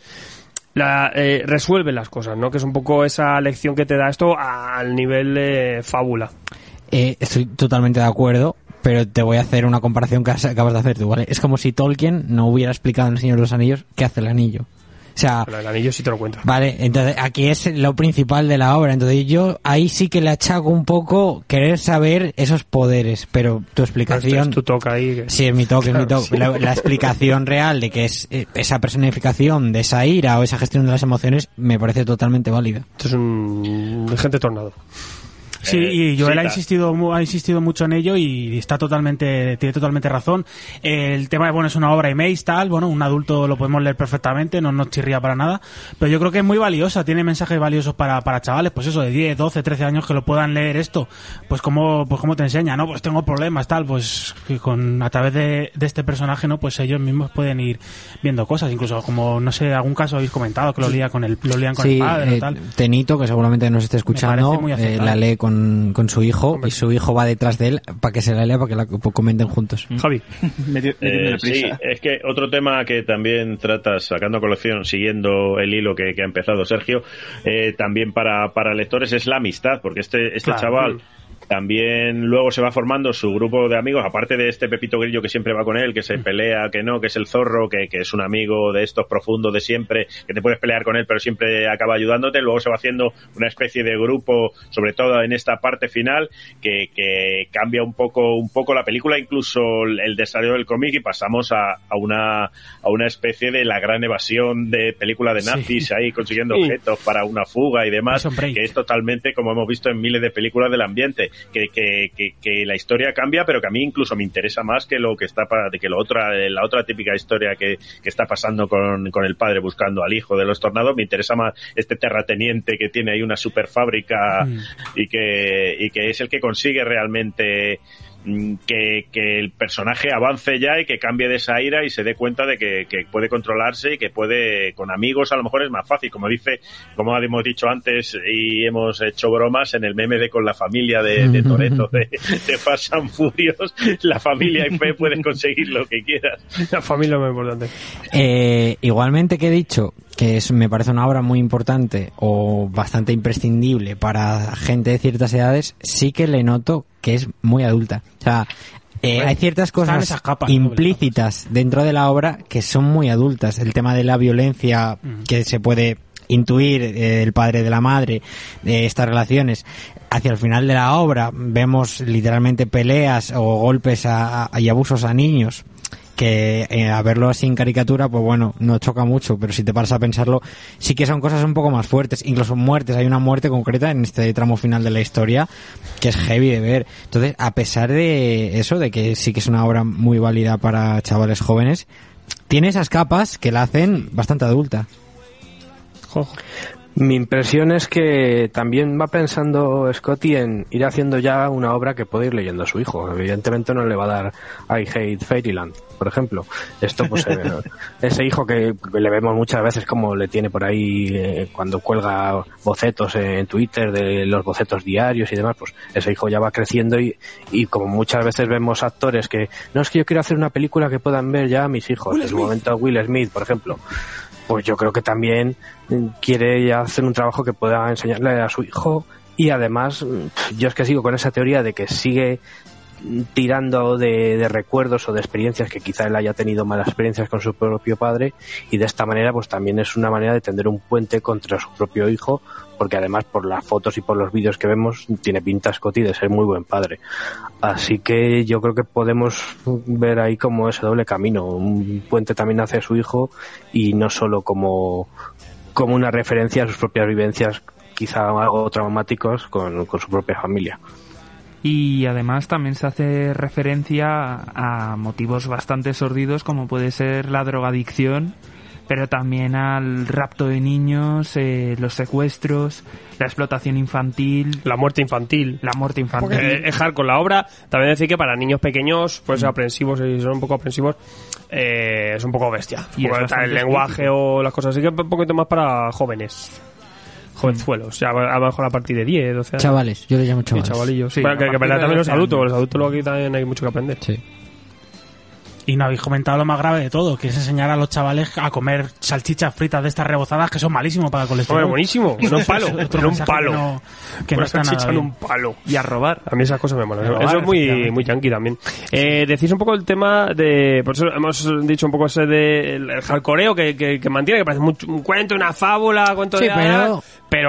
resuelve las cosas, ¿no? Que es un poco esa lección que te da esto al nivel de fábula. Estoy totalmente de acuerdo. Pero te voy a hacer una comparación que acabas de hacer tú, ¿vale? Es como si Tolkien no hubiera explicado en El Señor de los Anillos qué hace el anillo. O sea, pero el anillo sí te lo cuenta. Vale, entonces aquí es lo principal de la obra. Entonces yo ahí sí que le achaco un poco querer saber esos poderes, pero tu explicación... Es tu toque ahí. Sí, es mi toque, claro, es mi toque. La explicación real de que es esa personificación de esa ira o esa gestión de las emociones me parece totalmente válida. Esto es un gente tornado. Sí, y Joel ha cita. insistido mucho en ello y tiene totalmente razón. El tema de, bueno, es una obra Image, tal, bueno, un adulto lo podemos leer perfectamente, no nos chirría para nada, pero yo creo que es muy valiosa, tiene mensajes valiosos para chavales, pues eso, de 10, 12, 13 años que lo puedan leer esto, pues cómo te enseña, ¿no? Pues tengo problemas, tal, pues que a través de este personaje, ¿no? Pues ellos mismos pueden ir viendo cosas, incluso como, no sé, algún caso habéis comentado que lo lían con el padre o tal. Tenito, que seguramente nos esté escuchando, muy acertado. la lee con su hijo y su hijo va detrás de él para que se la lea, para que la comenten juntos. Javi. Metiéndole Sí, prisa. es que otro tema que también tratas, sacando a colección, siguiendo el hilo que ha empezado Sergio, también para lectores, es la amistad, porque este Claro. chaval también luego se va formando su grupo de amigos, aparte de este Pepito Grillo que siempre va con él, que se pelea, que no, que es el zorro, que es un amigo de estos profundos de siempre, que te puedes pelear con él pero siempre acaba ayudándote. Luego se va haciendo una especie de grupo, sobre todo en esta parte final, que cambia un poco la película, incluso el desarrollo del cómic, y pasamos a una especie de la gran evasión de película de nazis, ahí consiguiendo objetos para una fuga y demás, que es totalmente, como hemos visto en miles de películas del ambiente, que la historia cambia, pero que a mí incluso me interesa más que lo que está la otra típica historia que está pasando con el padre buscando al hijo de los tornados. Me interesa más este terrateniente que tiene ahí una super fábrica y que es el que consigue realmente que el personaje avance ya y que cambie de esa ira y se dé cuenta de que puede controlarse y que puede, con amigos a lo mejor es más fácil, como hemos dicho antes y hemos hecho bromas en el meme de con la familia de Toretto de Fast and Furious, la familia y fe puedes conseguir lo que quieras. La familia es muy importante. Igualmente que he dicho que me parece una obra muy importante o bastante imprescindible para gente de ciertas edades, sí que le noto que es muy adulta. O sea, hay ciertas cosas implícitas dentro de la obra que son muy adultas. El tema de la violencia que se puede intuir, el padre de la madre, de estas relaciones. Hacia el final de la obra vemos literalmente peleas o golpes y abusos a niños, que a verlo así en caricatura, pues bueno, no choca mucho, pero si te paras a pensarlo, sí que son cosas un poco más fuertes, incluso muertes. Hay una muerte concreta en este tramo final de la historia que es heavy de ver. Entonces, a pesar de eso, de que sí que es una obra muy válida para chavales jóvenes, tiene esas capas que la hacen bastante adulta. Mi impresión es que también va pensando Scotty en ir haciendo ya una obra que puede ir leyendo a su hijo. Evidentemente no le va a dar I Hate Fairyland, por ejemplo. Esto, pues, ese hijo que le vemos muchas veces como le tiene por ahí cuando cuelga bocetos en Twitter de los bocetos diarios y demás, pues ese hijo ya va creciendo y como muchas veces vemos actores que no, es que yo quiero hacer una película que puedan ver ya mis hijos. En su momento Will Smith, por ejemplo. Pues yo creo que también quiere ya hacer un trabajo que pueda enseñarle a su hijo y además yo es que sigo con esa teoría de que sigue tirando de recuerdos o de experiencias que quizá él haya tenido malas experiencias con su propio padre y de esta manera pues también es una manera de tender un puente contra su propio hijo, porque además por las fotos y por los vídeos que vemos tiene pinta Scotty de ser muy buen padre. Así que yo creo que podemos ver ahí como ese doble camino, un puente también hacia su hijo y no solo como una referencia a sus propias vivencias quizá algo traumáticos con su propia familia. Y además también se hace referencia a motivos bastante sordidos como puede ser la drogadicción, pero también al rapto de niños, los secuestros, la explotación infantil, la muerte infantil. Porque es hardcore la obra. También decir que para niños pequeños, pues aprensivos, y son un poco aprensivos, es un poco bestia. Y el lenguaje o las cosas así, que un poquito más para jóvenes. Jovenzuelos, o sea, a lo mejor a partir de 10, 12 años. Chavales, yo les llamo chavales. Sí, chavalillos. Sí, bueno, que también los adultos luego aquí también hay mucho que aprender. Sí. Y no habéis comentado lo más grave de todo, que es enseñar a los chavales a comer salchichas fritas de estas rebozadas que son malísimos para el colesterol. Hombre, buenísimo, en un palo, en un palo. Que no está nada en bien. un palo. Y a robar. A mí esas cosas me molan. Robar, Eso es muy yankee también. Decís un poco el tema de... Por eso hemos dicho un poco ese de el hardcoreo que mantiene, que parece mucho un cuento, una fábula, cuento Sí, de hadas, pero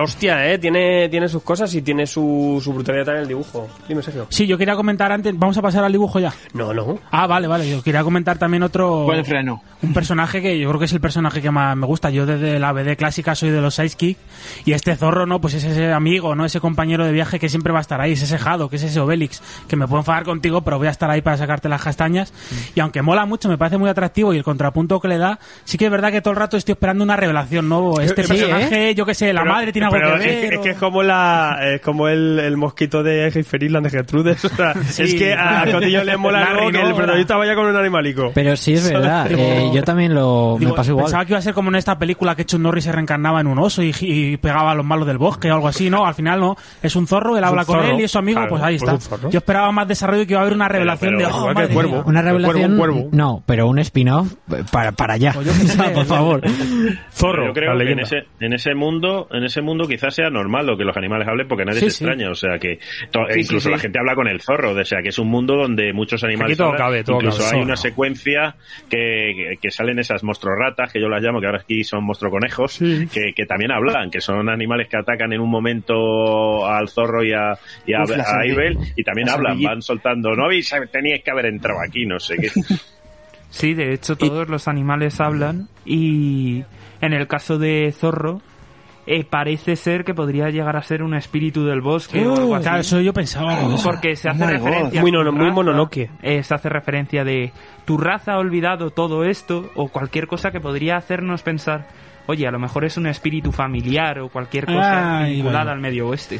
hostia, tiene sus cosas y tiene su brutalidad también en el dibujo. Dime, Sergio. Sí, yo quería comentar antes, vamos a pasar al dibujo ya. No. Ah, vale, yo quería comentar también otro... Buen freno. Un personaje que yo creo que es el personaje que más me gusta. Yo desde la BD clásica soy de los Sidekick, y este Zorro, ¿no? Pues es ese amigo, ¿no? Ese compañero de viaje que siempre va a estar ahí, es ese Jado, que es ese Obelix, que me puedo enfadar contigo, pero voy a estar ahí para sacarte las castañas. Y aunque mola mucho, me parece muy atractivo, y el contrapunto que le da, sí que es verdad que todo el rato estoy esperando una revelación, ¿no? Este personaje, yo qué sé, la madre tiene algo que ver. Es que es como el mosquito de Heiferisland de Gertrudes. O sea, Sí. es que a Cotillo le mola algo que el protagonista vaya con un animalico. Pero sí es verdad, yo también me pasó igual. Pensaba que iba a ser como en esta película que Chuck Norris se reencarnaba en un oso y pegaba a los malos del bosque o algo así, ¿no? Al final no, es un zorro, él habla con él y es su amigo, claro, pues ahí pues está. un zorro. Yo esperaba más desarrollo, que iba a haber una revelación pero de, igual que madre el cuervo. mía. Una revelación, un cuervo. no, pero un spin-off para allá. Pues yo qué sé, por favor. Zorro, Yo creo la que leyenda. en ese mundo quizás sea normal lo que los animales hablen, porque nadie Sí, se sí. extraña. O sea que Sí, incluso sí. la gente habla con el zorro. O sea que es un mundo donde muchos animales Aquí todo hablan. cabe, todo incluso cabe. hay Zorro. una secuencia que salen esas monstruorratas, que yo las llamo, que ahora aquí son monstruoconejos, que también hablan, que son animales que atacan en un momento al zorro y a Ibel, y también hablan, van soltando, no teníais que haber entrado aquí, no sé qué. Sí, de hecho todos los animales hablan, y en el caso de Zorro parece ser que podría llegar a ser un espíritu del bosque o algo así. Claro, eso yo pensaba. ¿no? Porque se hace Oh my referencia God. Muy a tu raza, Mononoke. se hace referencia de tu raza ha olvidado todo esto, o cualquier cosa que podría hacernos pensar, oye, a lo mejor es un espíritu familiar o cualquier cosa Ay, vinculada vale. al Medio Oeste.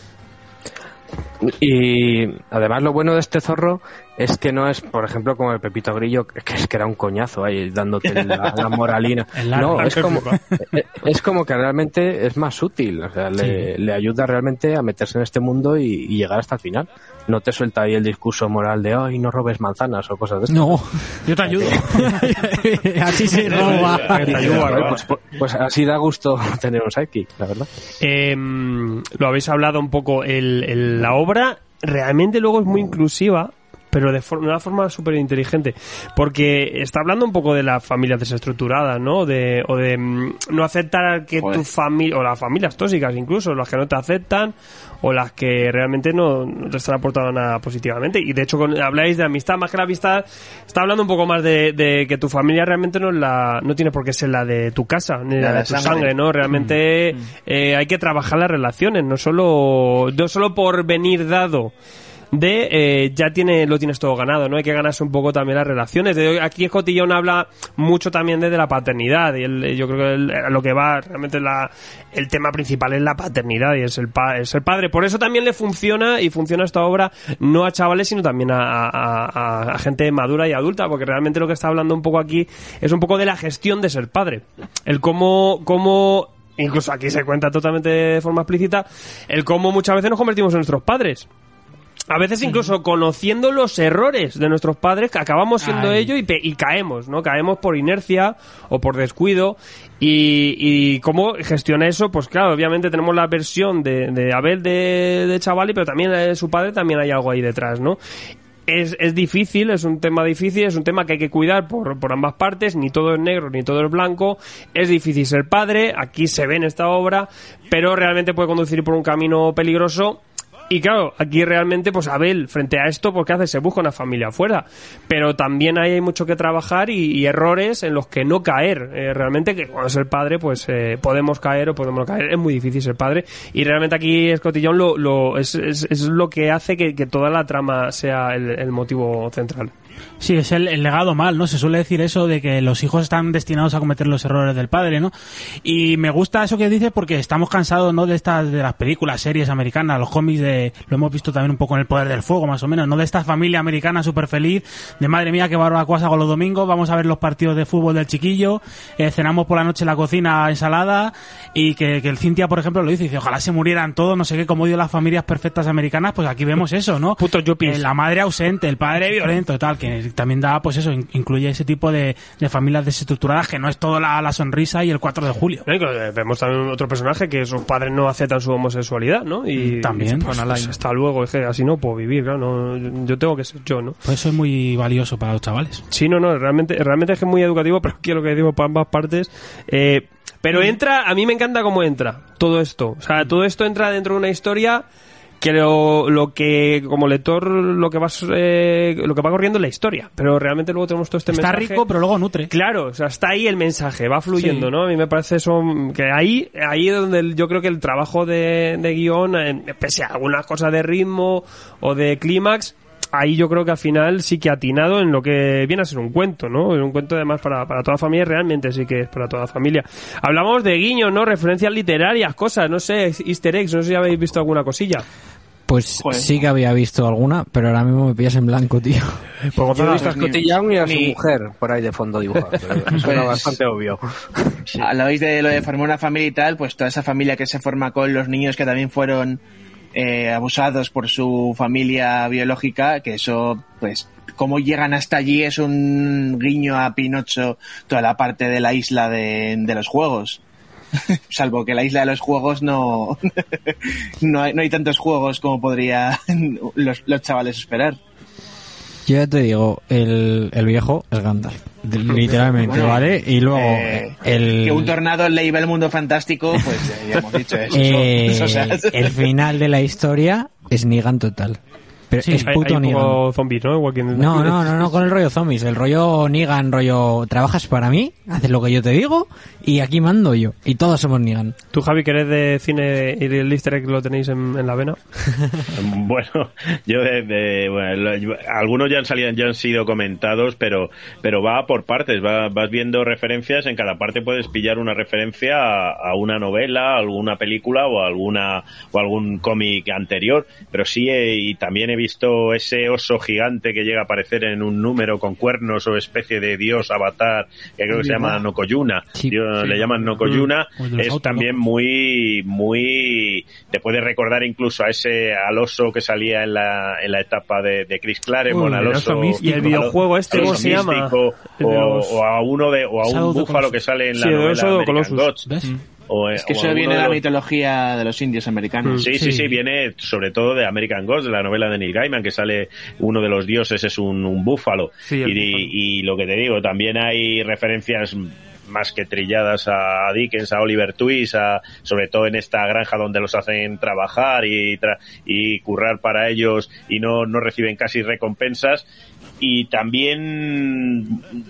Y además lo bueno de este zorro es que no es, por ejemplo, como el Pepito Grillo, que es que era un coñazo ahí dándote la moralina. No, es como que realmente es más útil, o sea, le ayuda realmente a meterse en este mundo y llegar hasta el final. No te suelta ahí el discurso moral de ay, no robes manzanas o cosas de esto. No, Yo te ayudo. así se roba. Pues así da gusto tener un sidekick, la verdad. Lo habéis hablado un poco, la obra realmente luego es muy inclusiva, pero de una forma súper inteligente, porque está hablando un poco de las familias desestructuradas, ¿no? O de no aceptar que tu familia, o las familias tóxicas incluso, las que no te aceptan, o las que realmente no te están aportando nada positivamente. Y de hecho habláis de amistad, más que la amistad, está hablando un poco más de que tu familia realmente no tiene por qué ser la de tu casa, ni la de tu sangre, ¿no? Realmente hay que trabajar las relaciones, no solo por venir dado ya lo tienes todo ganado, ¿no? Hay que ganarse un poco también las relaciones. Aquí Cotillón habla mucho también de la paternidad, y yo creo que lo que va realmente el tema principal es la paternidad, y es el padre. Por eso también le funciona esta obra, no a chavales, sino también a gente madura y adulta, porque realmente lo que está hablando un poco aquí es un poco de la gestión de ser padre. El cómo incluso aquí se cuenta totalmente de forma explícita, el cómo muchas veces nos convertimos en nuestros padres. A veces incluso conociendo los errores de nuestros padres, que acabamos siendo ellos y caemos, ¿no? Caemos por inercia o por descuido. Y cómo gestiona eso, pues claro, obviamente tenemos la versión de Abel de Chavali, pero también de su padre también hay algo ahí detrás, ¿no? Es difícil, es un tema difícil, es un tema que hay que cuidar por ambas partes, ni todo es negro ni todo es blanco, es difícil ser padre, aquí se ve en esta obra, pero realmente puede conducir por un camino peligroso. Y claro, aquí realmente, pues Abel, frente a esto, pues ¿qué hace? Se busca una familia afuera. Pero también ahí hay mucho que trabajar y errores en los que no caer. Realmente, que cuando ser padre, pues podemos caer o podemos no caer. Es muy difícil ser padre. Y realmente aquí Escotillón es lo que hace que toda la trama sea el motivo central. Sí, es el legado mal, ¿no? Se suele decir eso de que los hijos están destinados a cometer los errores del padre, ¿no? Y me gusta eso que dice porque estamos cansados, ¿no? De las películas, series americanas, los cómics lo hemos visto también un poco en El Poder del Fuego, más o menos, ¿no? De esta familia americana súper feliz, de madre mía, qué barbacoas hago los domingos, vamos a ver los partidos de fútbol del chiquillo, cenamos por la noche en la cocina ensalada, y que el Cintia, por ejemplo, lo dice, ojalá se murieran todos, no sé qué, como odio las familias perfectas americanas, pues aquí vemos eso, ¿no? Putos yuppies. La madre ausente, el padre violento, tal, que también da, pues eso, incluye ese tipo de familias desestructuradas, que no es todo la sonrisa y el 4 de julio. Vemos también otro personaje que sus padres no aceptan su homosexualidad, ¿no? Y también, pues hasta luego, es que así no puedo vivir, claro, no, yo tengo que ser yo, ¿no? Pues eso es muy valioso para los chavales. Sí, no, realmente es que es muy educativo, pero aquí lo que decimos para ambas partes, Pero entra, a mí me encanta cómo entra todo esto. O sea, todo esto entra dentro de una historia que lo que como lector lo que va corriendo es la historia, pero realmente luego tenemos todo este Está mensaje. rico, pero luego nutre. Claro, o sea, está ahí el mensaje, va fluyendo, Sí. ¿no? A mí me parece eso, que ahí es donde yo creo que el trabajo de guión, pese a algunas cosas de ritmo o de clímax, ahí yo creo que al final sí que ha atinado en lo que viene a ser un cuento, ¿no? Un cuento además para toda familia, realmente sí que es para toda familia. Hablamos de guiños, ¿no? Referencias literarias, cosas, no sé, easter eggs, no sé si habéis visto alguna cosilla. Pues Joder. sí que había visto alguna, pero ahora mismo me pillas en blanco, tío. Pues Yo he visto a pues Scotty Young y a su ni- mujer por ahí de fondo dibujado. Pero eso era Pues- bastante obvio. Habláis de lo de formar una familia y tal, pues toda esa familia que se forma con los niños que también fueron abusados por su familia biológica, que eso, pues, cómo llegan hasta allí es un guiño a Pinocho, toda la parte de la isla de los juegos. Salvo que la isla de los juegos no hay tantos juegos como podría los chavales esperar. Yo ya te digo, el viejo es Gandalf, literalmente, Bueno, ¿vale? Y luego el... Que un tornado le iba el mundo fantástico, pues ya hemos dicho eso. O sea, el final de la historia es Negan total. Pero Sí, es Hay puto un Negan. poco zombies, ¿no? Igual que en- No, con el rollo zombies. El rollo Negan, rollo trabajas para mí, haces lo que yo te digo y aquí mando yo. Y todos somos Negan. ¿Tú, Javi, que eres de cine y el easter egg lo tenéis en la vena? Bueno, yo algunos ya han sido comentados, pero va por partes, vas viendo referencias, en cada parte puedes pillar una referencia a una novela, a alguna película o algún cómic anterior, pero sí y también he visto ese oso gigante que llega a aparecer en un número con cuernos o especie de dios avatar, que creo que se llama Nokoyuna. Sí. Le llaman Nokoyuna. Uy, de los Es autos, también ¿no? muy te puede recordar incluso al oso que salía en la etapa de Chris Claremont, Uy, al el oso oso místico. Y el videojuego este, al ¿cómo oso se llama? místico, El de los- o a un Shadow of the búfalo Colossus. que sale en la Sí, el novela oso de American Colossus. Gods. ¿Ves? es que o eso alguno viene de la los- mitología de los indios americanos. Sí, viene sobre todo de American Gods, de la novela de Neil Gaiman, que sale uno de los dioses, es un búfalo. Sí, el búfalo. Y lo que te digo, también hay referencias más que trilladas a Dickens, a Oliver Twist, sobre todo en esta granja donde los hacen trabajar y currar para ellos y no reciben casi recompensas. Y también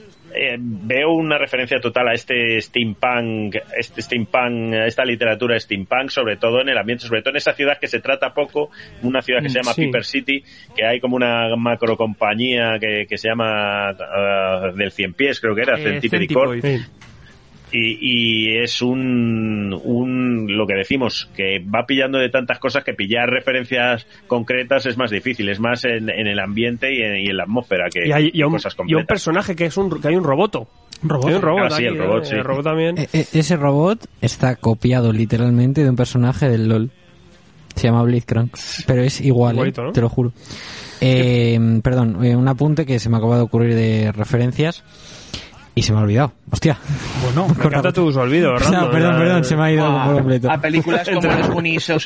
veo una referencia total a este steampunk, esta literatura steampunk, sobre todo en el ambiente, sobre todo en esa ciudad que se trata poco, una ciudad que se llama Sí. Piper City, que hay como una macro compañía que se llama del Cien Pies, creo que era, Centipede Corp, Centipoid. Sí. y es lo que decimos, que va pillando de tantas cosas que pillar referencias concretas es más difícil, es más en el ambiente y en la atmósfera que Y hay un, cosas y un completas. personaje que hay un roboto. Un robot. Hay un robot. Ah, sí, aquí, el robot, ¿eh? sí. El robot también. Ese robot está copiado literalmente de un personaje del LOL. Se llama Blitzcrank. Pero es igual, Igualito, ¿no? te lo juro. Perdón, un apunte que se me acaba de ocurrir de referencias y se me ha olvidado. Hostia. Bueno, Me encanta tus olvidos, O sea, Random, perdón, se me ha ido por completo. A películas como los Goonies o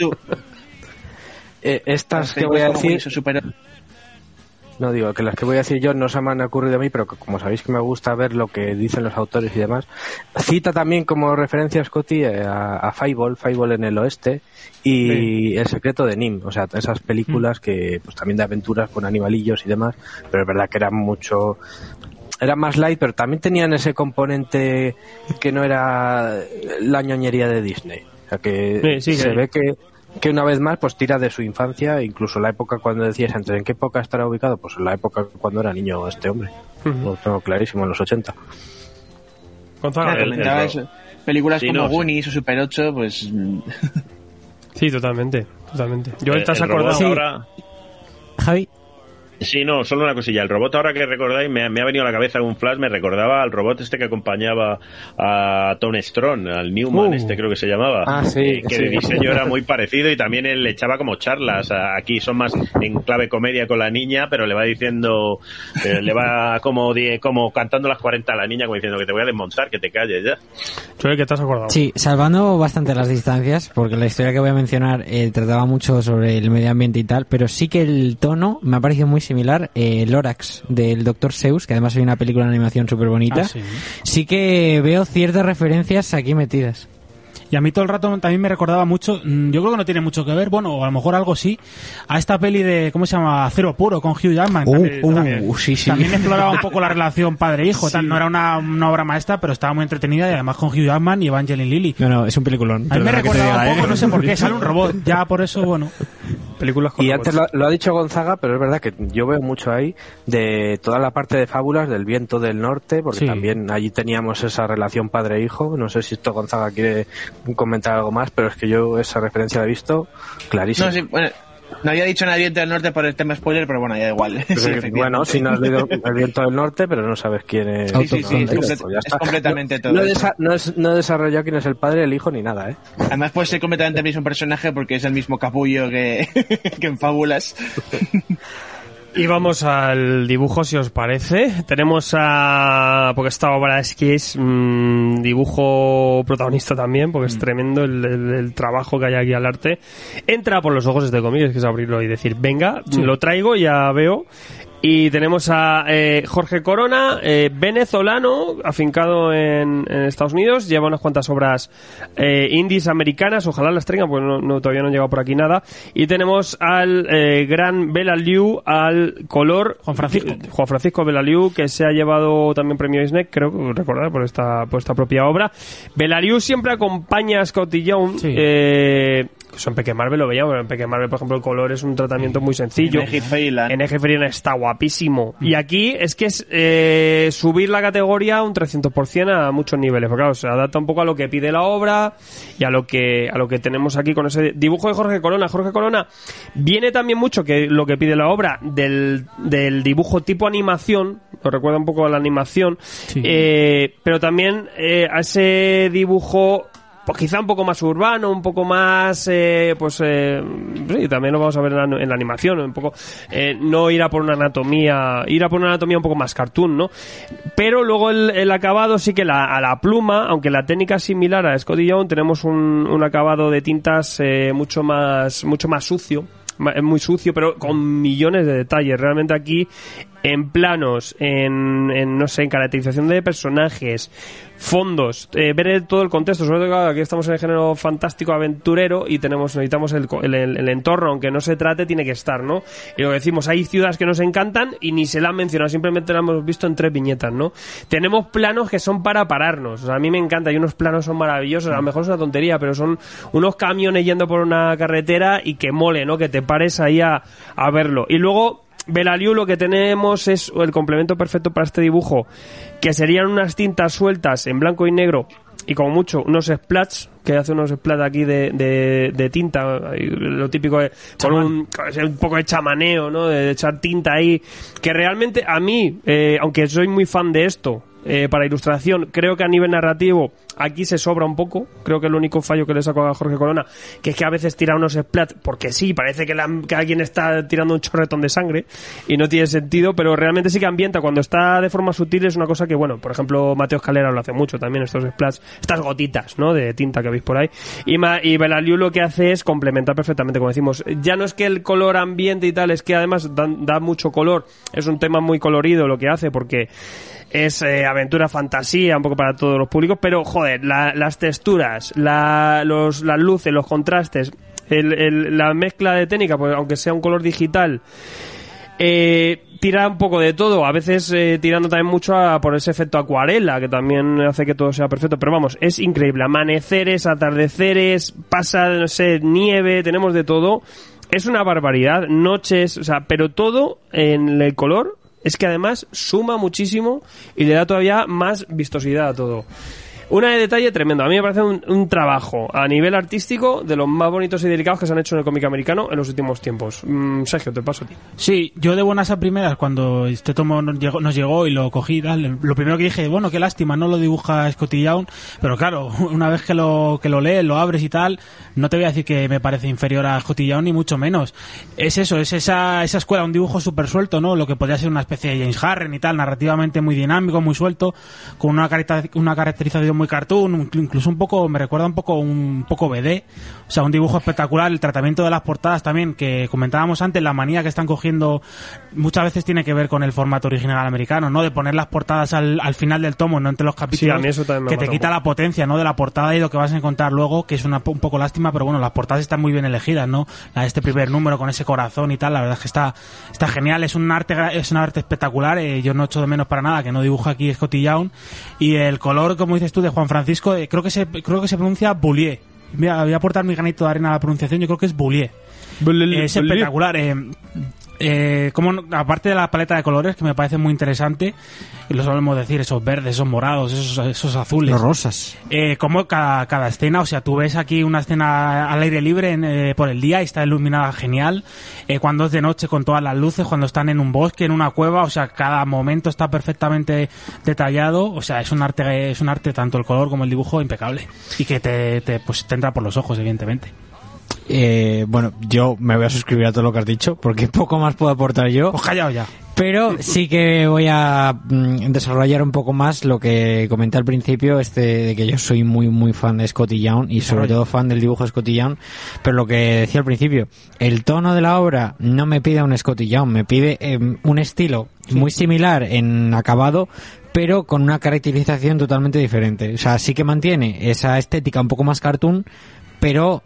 Estas que voy a decir, no digo que las que voy a decir yo no se me han ocurrido a mí, pero que como sabéis que me gusta ver lo que dicen los autores y demás, cita también como referencia Scotty a Fievel en el oeste y El secreto de Nim, o sea, esas películas que pues también de aventuras con animalillos y demás, pero es verdad que eran más light, pero también tenían ese componente que no era la ñoñería de Disney. O sea, que Sí, se que- ve que una vez más pues tira de su infancia, incluso la época cuando decías antes, ¿en qué época estará ubicado? Pues en la época cuando era niño este hombre. Ujú. Lo tengo clarísimo, en los 80. Gonzalo, Claro, comentaba el- eso. Películas Sí, como no, sí. Goonies o Super 8, pues Sí, totalmente. Yo El estás robot acordado. Sí. ahora... Javi, Sí, no, solo una cosilla. El robot, ahora que recordáis, me ha venido a la cabeza un flash, me recordaba al robot este que acompañaba a Tom Strong, al Newman, creo que se llamaba. Ah, sí, que sí. de diseño era muy parecido y también él le echaba como charlas. Aquí son más en clave comedia con la niña, pero le va diciendo, le va como cantando las 40 a la niña, como diciendo que te voy a desmontar, que te calles ya. Soy el que estás acordado. sí, salvando bastante las distancias, porque la historia que voy a mencionar trataba mucho sobre el medio ambiente y tal, pero sí que el tono me ha parecido muy similar, Lorax, del Dr. Seuss, que además hay una película de animación súper bonita. Ah, sí. Sí que veo ciertas referencias aquí metidas. Y a mí todo el rato también me recordaba mucho, yo creo que no tiene mucho que ver, bueno, o a lo mejor algo sí, a esta peli de, ¿cómo se llama? Cero Puro, con Hugh Jackman. Sí. También exploraba un poco la relación padre-hijo, Sí. no era una obra maestra, pero estaba muy entretenida y además con Hugh Jackman y Evangeline Lilly. No, es un peliculón. A mí me Perdona que te recordaba diga, un poco, no sé por qué, sale un robot, ya por eso, bueno. Películas con Y robots. antes lo ha dicho Gonzaga, pero es verdad que yo veo mucho ahí de toda la parte de fábulas del Viento del Norte, porque Sí. también allí teníamos esa relación padre-hijo. No sé si esto Gonzaga quiere comentar algo más, pero es que yo esa referencia la he visto clarísima. No, sí, bueno, no había dicho nada Viento del Norte por el tema spoiler, pero bueno, ya da igual. Pero Sí, que, efectivamente. bueno, si no has leído El Viento del Norte, pero no sabes quién es. Sí, sí, sí, pues es, ya está. completamente todo. No eso. he desarrollado quién es el padre, el hijo, ni nada, ¿eh? Además puede ser completamente el mismo personaje porque es el mismo capullo que, que en Fábulas. Y vamos al dibujo, si os parece. Tenemos porque esta obra es que es dibujo protagonista también, porque es tremendo el trabajo que hay aquí al arte. Entra por los ojos este cómic, es que es abrirlo y decir, venga, lo traigo, ya veo. Y tenemos a Jorge Corona, venezolano, afincado en Estados Unidos, lleva unas cuantas obras indies americanas, ojalá las traigan, porque todavía no han llegado por aquí nada. Y tenemos al gran Belaliu, al color Juan Francisco Belaliu, que se ha llevado también premio Eisner, creo que recordar, por esta propia obra. Belaliu siempre acompaña a Scotty Young, Sí. eso en Peque Marvel lo veíamos, en Peque Marvel, por ejemplo, el color es un tratamiento muy sencillo. En Egid Feyland. En Eje Feyland está guapísimo. Y aquí es que es subir la categoría un 300% a muchos niveles. Porque claro, se adapta un poco a lo que pide la obra y a lo que tenemos aquí con ese dibujo de Jorge Corona. Jorge Corona viene también mucho que lo que pide la obra del dibujo tipo animación. Lo recuerda un poco a la animación. Sí. Pero también a ese dibujo, pues quizá un poco más urbano, un poco más, sí, también lo vamos a ver en la animación, un poco, no ir a por una anatomía un poco más cartoon, ¿no? Pero luego el acabado sí que a la pluma, aunque la técnica es similar a Scotty Young, tenemos un acabado de tintas mucho más sucio. Es muy sucio, pero con millones de detalles. Realmente aquí, en planos, en no sé, en caracterización de personajes, fondos, ver todo el contexto. Sobre todo que aquí estamos en el género fantástico aventurero y necesitamos el entorno, aunque no se trate, tiene que estar, ¿no? Y lo que decimos, hay ciudades que nos encantan y ni se la han mencionado, simplemente la hemos visto en 3 viñetas, ¿no? Tenemos planos que son para pararnos. O sea, a mí me encanta, hay unos planos son maravillosos, a lo mejor es una tontería, pero son unos camiones yendo por una carretera y que mole, ¿no? Que te pares ahí a verlo. Y luego Belaliu, lo que tenemos es el complemento perfecto para este dibujo, que serían unas tintas sueltas en blanco y negro y como mucho unos splats, que hace unos splats aquí de tinta, lo típico de, con un poco de chamaneo, ¿no? De echar tinta ahí, que realmente a mí, aunque soy muy fan de esto, para ilustración, creo que a nivel narrativo aquí se sobra un poco. Creo que el único fallo que le saco a Jorge Corona, que es que a veces tira unos splats porque sí, parece que alguien está tirando un chorretón de sangre y no tiene sentido, pero realmente sí que ambienta. Cuando está de forma sutil es una cosa que, bueno, por ejemplo, Mateo Escalera lo hace mucho también, estos splats, estas gotitas, ¿no? De tinta que veis por ahí. Y Belaliu lo que hace es complementar perfectamente, como decimos. Ya no es que el color ambiente y tal, es que además da mucho color. Es un tema muy colorido lo que hace, porque es aventura, fantasía, un poco para todos los públicos, pero joder, las texturas, las luces, los contrastes, la mezcla de técnica, pues aunque sea un color digital, tira un poco de todo, a veces tirando también mucho por ese efecto acuarela, que también hace que todo sea perfecto, pero vamos, es increíble, amaneceres, atardeceres, pasa, no sé, nieve, tenemos de todo, es una barbaridad, noches, o sea, pero todo en el color. Es que además suma muchísimo y le da todavía más vistosidad a todo. Una de detalle tremendo. A mí me parece un trabajo a nivel artístico de los más bonitos y delicados que se han hecho en el cómic americano en los últimos tiempos. Sergio, te paso a ti. Sí, yo de buenas a primeras, cuando este tomo nos llegó y lo cogí, lo primero que dije, bueno, qué lástima, no lo dibuja Scotty Young, pero claro, una vez que lo lees, lo abres y tal, no te voy a decir que me parece inferior a Scotty Young, ni mucho menos. Es eso, es esa escuela, un dibujo súper suelto, ¿no? Lo que podría ser una especie de James Harren y tal, narrativamente muy dinámico, muy suelto, con una caracterización muy cartoon, incluso un poco, me recuerda un poco BD, o sea, un dibujo espectacular. El tratamiento de las portadas también, que comentábamos antes, la manía que están cogiendo muchas veces tiene que ver con el formato original americano, ¿no? De poner las portadas al final del tomo, no entre los capítulos, sí, a mí eso también me que te quita la potencia, ¿no? De la portada y lo que vas a encontrar luego, que es un poco lástima, pero bueno, las portadas están muy bien elegidas, ¿no? La de este primer número con ese corazón y tal, la verdad es que está genial, es un arte espectacular. Yo no echo de menos para nada que no dibuja aquí Scotty Young, y el color, como dices tú, de Juan Francisco, creo que se pronuncia Boulier. Voy a aportar mi granito de arena a la pronunciación, yo creo que es Boulier. Es espectacular. Como aparte de la paleta de colores, que me parece muy interesante, y lo solemos decir, esos verdes, esos morados, esos azules, los rosas, como cada escena, o sea, tú ves aquí una escena al aire libre por el día y está iluminada genial, cuando es de noche con todas las luces, cuando están en un bosque, en una cueva, o sea, cada momento está perfectamente detallado, o sea, es un arte tanto el color como el dibujo impecable, y que te entra por los ojos, evidentemente. Bueno, yo me voy a suscribir a todo lo que has dicho, porque poco más puedo aportar yo. Pues callado ya. Pero sí que voy a desarrollar un poco más lo que comenté al principio, de que yo soy muy muy fan de Scotty Young y sobre todo fan del dibujo de Scotty Young. Pero lo que decía al principio, el tono de la obra no me pide un Scotty Young, me pide un estilo muy similar en acabado, pero con una caracterización totalmente diferente. O sea, sí que mantiene esa estética un poco más cartoon, pero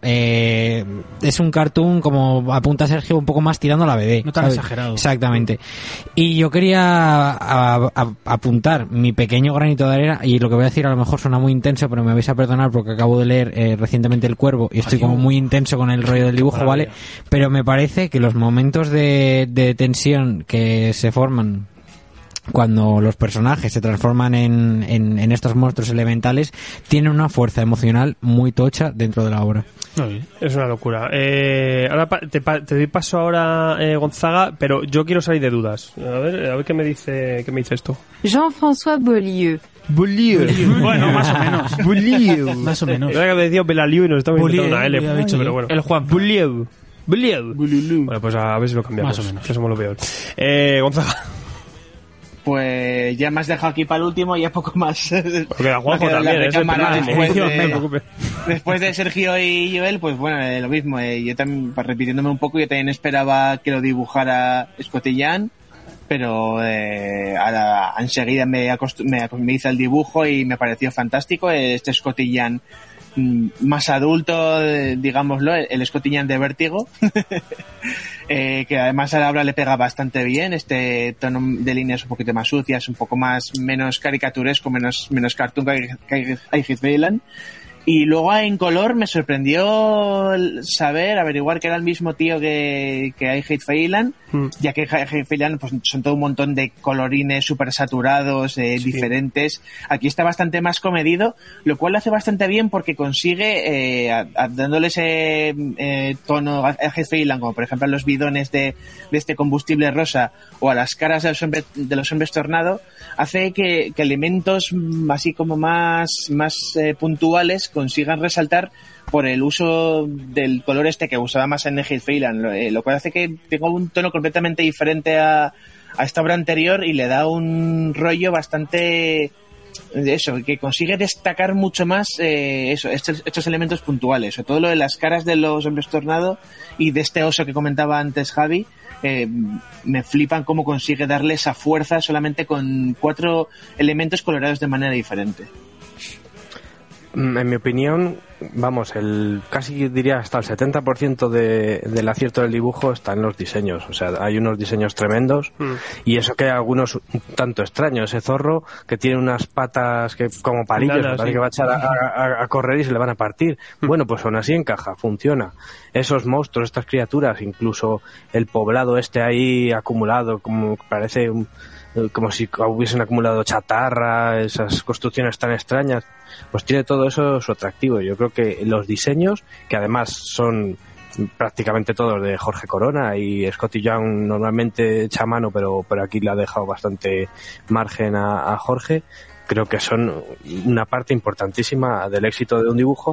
es un cartoon, como apunta Sergio, un poco más tirando a la BD. No tan ¿sabes? exagerado. Exactamente. Y yo quería apuntar mi pequeño granito de arena, y lo que voy a decir a lo mejor suena muy intenso, pero me vais a perdonar porque acabo de leer recientemente El Cuervo y estoy como muy intenso con el rollo del dibujo, ¿vale? Pero me parece que los momentos de tensión que se forman cuando los personajes se transforman en estos monstruos elementales tienen una fuerza emocional muy tocha dentro de la obra. Es una locura. Ahora te doy paso ahora, Gonzaga, pero yo quiero salir de dudas. A ver qué me dice esto. Jean-François Beaulieu. Bueno, más o menos. Beaulieu. Más o menos. Era que me decía Belaliu y nos estamos inventando una L. había dicho pero bueno. El Juan. Beaulieu. Bueno, pues a ver si lo cambiamos. Más o menos. Que somos lo peor. Gonzaga. Pues ya me has dejado aquí para el último, ya poco más. Porque Juanjo también, después de Sergio y Joel, pues bueno, lo mismo. Yo también, repitiéndome un poco, yo también esperaba que lo dibujara Scotty Young, pero ahora enseguida me hice el dibujo y me pareció fantástico. Este Scotty Young más adulto, digámoslo, el Scotty Young de Vértigo, que además a la obra le pega bastante bien, este tono de líneas un poquito más sucias, un poco menos caricaturesco, menos cartoon que Heath Wayland. Y luego en color me sorprendió averiguar que era el mismo tío que Heath Wayland, ya que Heath Wayland pues, son todo un montón de colorines súper saturados, diferentes. Aquí está bastante más comedido, lo cual lo hace bastante bien porque consigue, dándole ese tono a Heath Wayland, como por ejemplo a los bidones de este combustible rosa o a las caras de los hombres tornado, hace que elementos así como más puntuales consigan resaltar por el uso del color que usaba más en Heath Wayland, lo cual hace que tenga un tono completamente diferente a esta obra anterior y le da un rollo bastante que consigue destacar mucho más estos elementos puntuales, sobre todo lo de las caras de los hombres tornado y de este oso que comentaba antes Javi. Me flipan cómo consigue darle esa fuerza solamente con 4 elementos colorados de manera diferente. En mi opinión, vamos, casi diría hasta el 70% del acierto del dibujo está en los diseños. O sea, hay unos diseños tremendos y eso que hay algunos un tanto extraños. Ese zorro que tiene unas patas como palillos, parece que va a echar a correr y se le van a partir. Bueno, pues aún así encaja, funciona. Esos monstruos, estas criaturas, incluso el poblado ahí acumulado, como parece como si hubiesen acumulado chatarra, esas construcciones tan extrañas, pues tiene todo eso su atractivo. Yo creo que los diseños, que además son prácticamente todos de Jorge Corona, y Scotty Young normalmente echa mano, pero aquí le ha dejado bastante margen a Jorge, creo que son una parte importantísima del éxito de un dibujo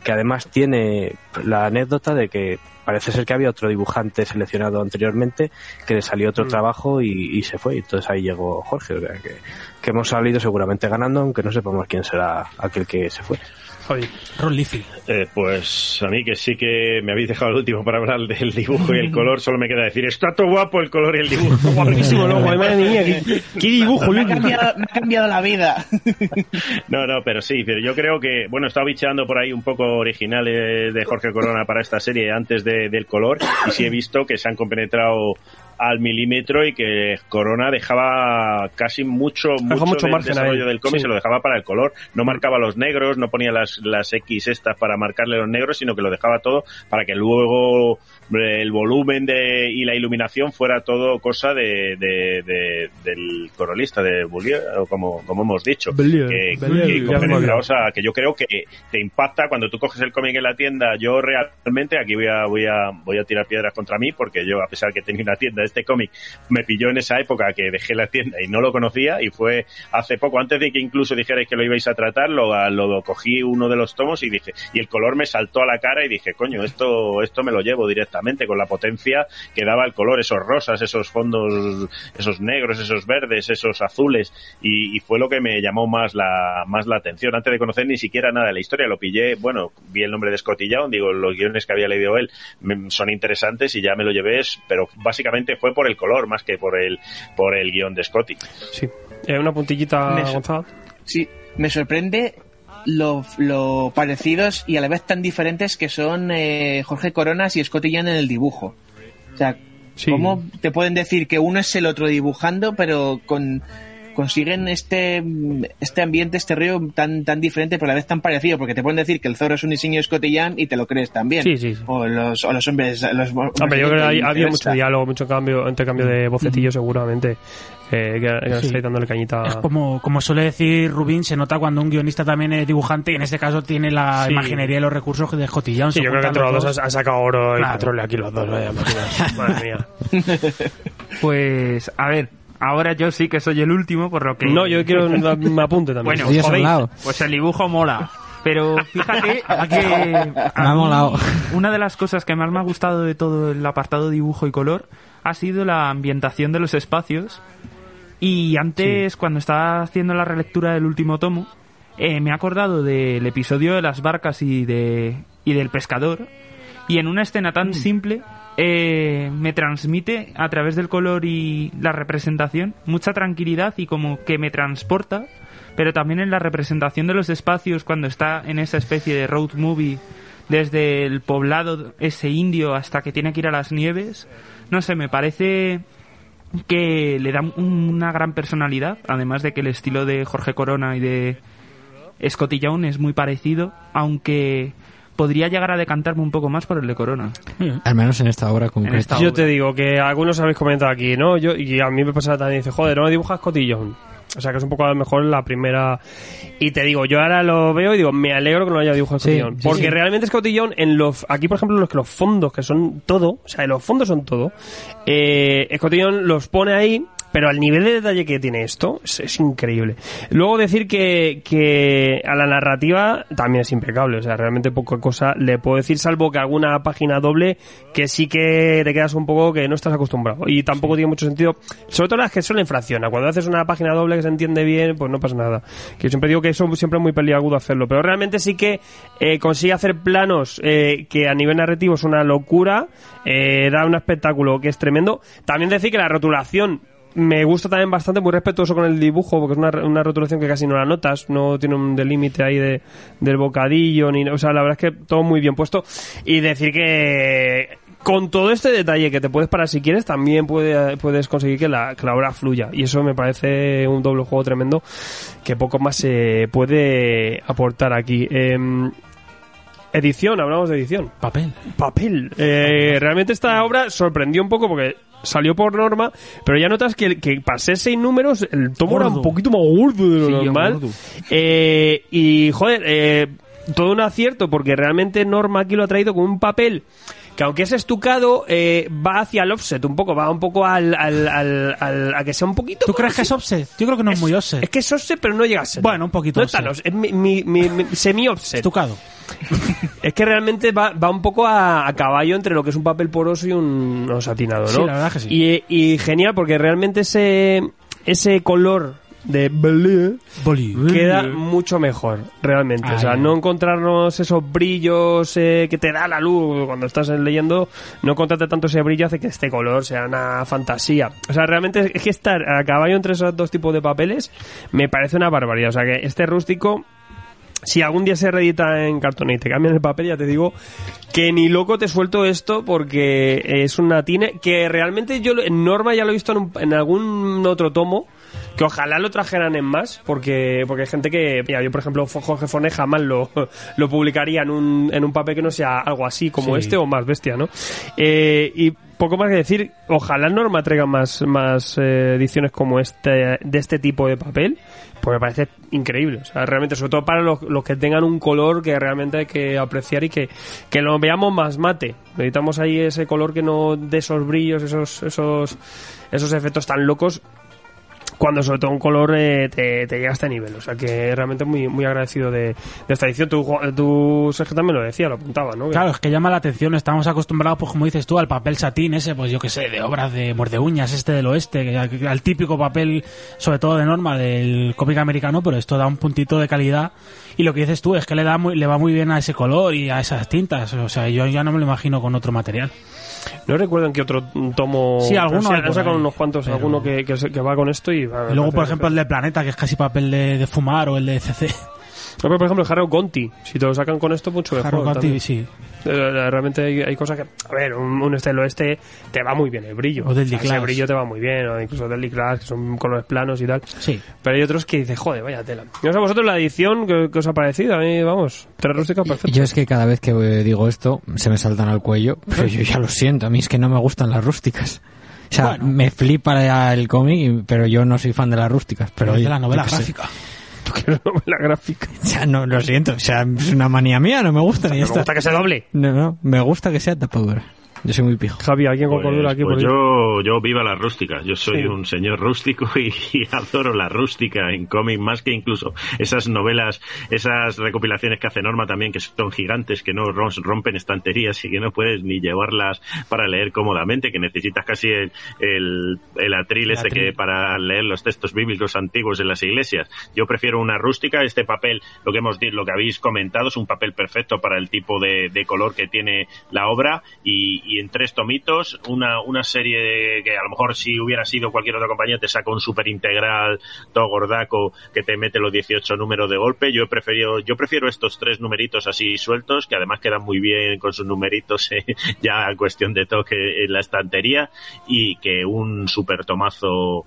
que además tiene la anécdota de que parece ser que había otro dibujante seleccionado anteriormente que le salió otro trabajo y se fue, y entonces ahí llegó Jorge, o sea que hemos salido seguramente ganando, aunque no sepamos quién será aquel que se fue. Javi. Ron Liefeld. Pues a mí que sí que me habéis dejado el último para hablar del dibujo y el color, solo me queda decir, está todo guapo el color y el dibujo. Guapísimo, ¿no? Madre mía, qué dibujo, me ha cambiado la vida. No, pero sí, pero yo creo que, bueno, he estado bicheando por ahí un poco originales de Jorge Corona para esta serie antes del color, y sí he visto que se han compenetrado al milímetro y que Corona dejaba casi mucho del margen desarrollo del cómic, sí. Se lo dejaba para el color, no marcaba los negros, no ponía las X estas para marcarle los negros, sino que lo dejaba todo para que luego el volumen y la iluminación fuera todo cosa del corolista, de Boulier, como hemos dicho, que compenetrado, o sea, que yo creo que te impacta cuando tú coges el cómic en la tienda. Yo realmente aquí voy a tirar piedras contra mí, porque yo, a pesar que tenía una tienda, este cómic me pilló en esa época que dejé la tienda y no lo conocía, y fue hace poco, antes de que incluso dijerais que lo ibais a tratar, lo cogí uno de los tomos y dije, y el color me saltó a la cara y dije, coño, esto me lo llevo directamente, con la potencia que daba el color, esos rosas, esos fondos, esos negros, esos verdes, esos azules, y fue lo que me llamó más la atención. Antes de conocer ni siquiera nada de la historia, lo pillé, bueno, vi el nombre de Scotty Young, digo, los guiones que había leído él son interesantes y ya me lo llevé, pero básicamente fue por el color más que por el guión de Scotty. Sí. Una puntillita, Gonzalo. Sí, me sorprende lo parecidos y a la vez tan diferentes que son Jorge Coronas y Scotty Young en el dibujo. O sea, sí. ¿Cómo te pueden decir que uno es el otro dibujando, pero consiguen este ambiente, este río tan diferente, pero a la vez tan parecido? Porque te pueden decir que el Zorro es un diseño de Scotty Young y te lo crees también. Sí. O los hombres... Hombre, yo creo que había mucho diálogo, mucho intercambio de bocecillos, seguramente. Que estáis dándole cañita. Como suele decir Rubín, se nota cuando un guionista también es dibujante, y en este caso tiene la imaginería y los recursos de Scotty Young. Sí, yo creo que entre los dos han sacado oro y petróleo aquí los dos. Madre mía. Pues, a ver, ahora yo sí que soy el último, por lo que... No, yo quiero me apunte también. Bueno, jodéis, pues el dibujo mola. Pero fíjate que una de las cosas que más me ha gustado de todo el apartado dibujo y color ha sido la ambientación de los espacios. Y antes, cuando estaba haciendo la relectura del último tomo, me he acordado del episodio de las barcas y del pescador, y en una escena tan simple me transmite a través del color y la representación mucha tranquilidad, y como que me transporta, pero también en la representación de los espacios, cuando está en esa especie de road movie desde el poblado ese indio hasta que tiene que ir a las nieves. No sé, me parece que le da una gran personalidad, además de que el estilo de Jorge Corona y de Scotty Young es muy parecido, aunque podría llegar a decantarme un poco más por el de Corona. Al menos en esta obra concreta. Yo te digo que algunos habéis comentado aquí, ¿no? Y a mí me pasa también, dice, joder, no dibujas Scotty Young. O sea, que es un poco a lo mejor la primera... Y te digo, yo ahora lo veo y digo, me alegro que no lo haya dibujado Scotty Young. Porque realmente Scotty Young, aquí por ejemplo, los fondos, que son todo, o sea, los fondos son todo, Scotty Young los pone ahí, pero al nivel de detalle que tiene esto es increíble. Luego decir que a la narrativa también es impecable, o sea, realmente poca cosa le puedo decir, salvo que alguna página doble que sí que te quedas un poco que no estás acostumbrado, y tampoco tiene mucho sentido, sobre todo las que son infracciona. Cuando haces una página doble que se entiende bien, pues no pasa nada, que yo siempre digo que eso siempre es muy peliagudo hacerlo, pero realmente sí que consigue hacer planos que a nivel narrativo es una locura, da un espectáculo que es tremendo. También decir que la rotulación me gusta también bastante, muy respetuoso con el dibujo, porque es una rotulación que casi no la notas, no tiene un delímite ahí del bocadillo, o sea, la verdad es que todo muy bien puesto. Y decir que con todo este detalle que te puedes parar si quieres, también puedes conseguir que la obra fluya, y eso me parece un doble juego tremendo que poco más se puede aportar aquí. Edición, hablamos de edición. Papel. Realmente esta obra sorprendió un poco porque salió por norma, pero ya notas que pasé 6 números, el tomo era un poquito más gordo de lo normal. Y joder, todo un acierto, porque realmente Norma aquí lo ha traído con un papel que, aunque es estucado, va hacia el offset un poco, va un poco a que sea un poquito... ¿Tú crees que es offset? Yo creo que no es muy offset. Es que es offset, pero no llega a ser. Bueno, un poquito no offset. es mi semi-offset. Estucado. Es que realmente va un poco a caballo entre lo que es un papel poroso y un satinado, ¿no? Sí, la verdad que sí. Y genial, porque realmente ese color de bleu queda mucho mejor, realmente. O sea, no encontrarnos esos brillos que te da la luz cuando estás leyendo, no encontrarte tanto ese brillo hace que este color sea una fantasía. O sea, realmente es que estar a caballo entre esos dos tipos de papeles me parece una barbaridad. O sea, que este rústico, si algún día se reedita en cartón y te cambian el papel, ya te digo que ni loco te suelto esto, porque es una tine que realmente yo en Norma ya lo he visto en algún otro tomo, que ojalá lo trajeran en más, porque hay gente que, mira, yo por ejemplo Jorge Forné jamás lo publicaría en un papel que no sea algo así como este o más bestia, ¿no? Y poco más que decir, ojalá Norma traiga más ediciones como de este tipo de papel, pues me parece increíble. O sea, realmente, sobre todo para los que tengan un color que realmente hay que apreciar y que lo veamos más mate. Necesitamos ahí ese color que no dé esos brillos, esos efectos tan locos, cuando sobre todo un color te llega a este nivel. O sea que realmente muy, muy agradecido de esta edición. Tú Sergio también lo decía, lo apuntaba, ¿no? Claro, es que llama la atención. Estamos acostumbrados, pues como dices tú, al papel satín ese, pues yo que sé, de obras de Muerde Uñas, del oeste, al típico papel, sobre todo de Norma, del cómic americano, pero esto da un puntito de calidad. Y lo que dices tú es que le va muy bien a ese color y a esas tintas. O sea, yo ya no me lo imagino con otro material. No recuerdo en qué otro tomo. Sí, alguno. Han sacado unos cuantos, pero alguno que va con esto. Y luego, por ejemplo, el de Planeta, que es casi papel de fumar, o el de CC. No, pero por ejemplo, el Harrow Conti, si te lo sacan con esto, mucho mejor. Harrow Conti, sí. Realmente hay cosas que, a ver, un del oeste te va muy bien el brillo. O del ese brillo te va muy bien, o incluso del Class, que son colores planos y tal. Sí. Pero hay otros que dices, joder, vaya tela. No sé, vosotros la edición, ¿qué os ha parecido? A mí, vamos, 3 rústicas perfectas. Yo es que cada vez que digo esto, se me saltan al cuello, pero yo ya lo siento, a mí es que no me gustan las rústicas. O sea, bueno, me flipa el cómic, pero yo no soy fan de las rústicas. Pero de la novela gráfica. ¿Tú quieres novela gráfica? O sea, no, lo siento, o sea, es una manía mía, no me gusta. Me gusta que sea doble. No, me gusta que sea tapadura. Yo soy muy pijo. Javi, ¿alguien con cordura aquí? Pues yo viva las rústicas. Yo soy un señor rústico y adoro la rústica en cómic, más que incluso esas novelas, esas recopilaciones que hace Norma también, que son gigantes, que no rompen estanterías y que no puedes ni llevarlas para leer cómodamente, que necesitas casi el atril ese que para leer los textos bíblicos antiguos en las iglesias. Yo prefiero una rústica. Este papel, lo que habéis comentado, es un papel perfecto para el tipo de color que tiene la obra, y en 3 tomitos, una serie que a lo mejor si hubiera sido cualquier otra compañía te saca un super integral todo gordaco que te mete los 18 números de golpe. Yo prefiero estos 3 numeritos así sueltos, que además quedan muy bien con sus numeritos ya en cuestión de toque en la estantería, y que un super tomazo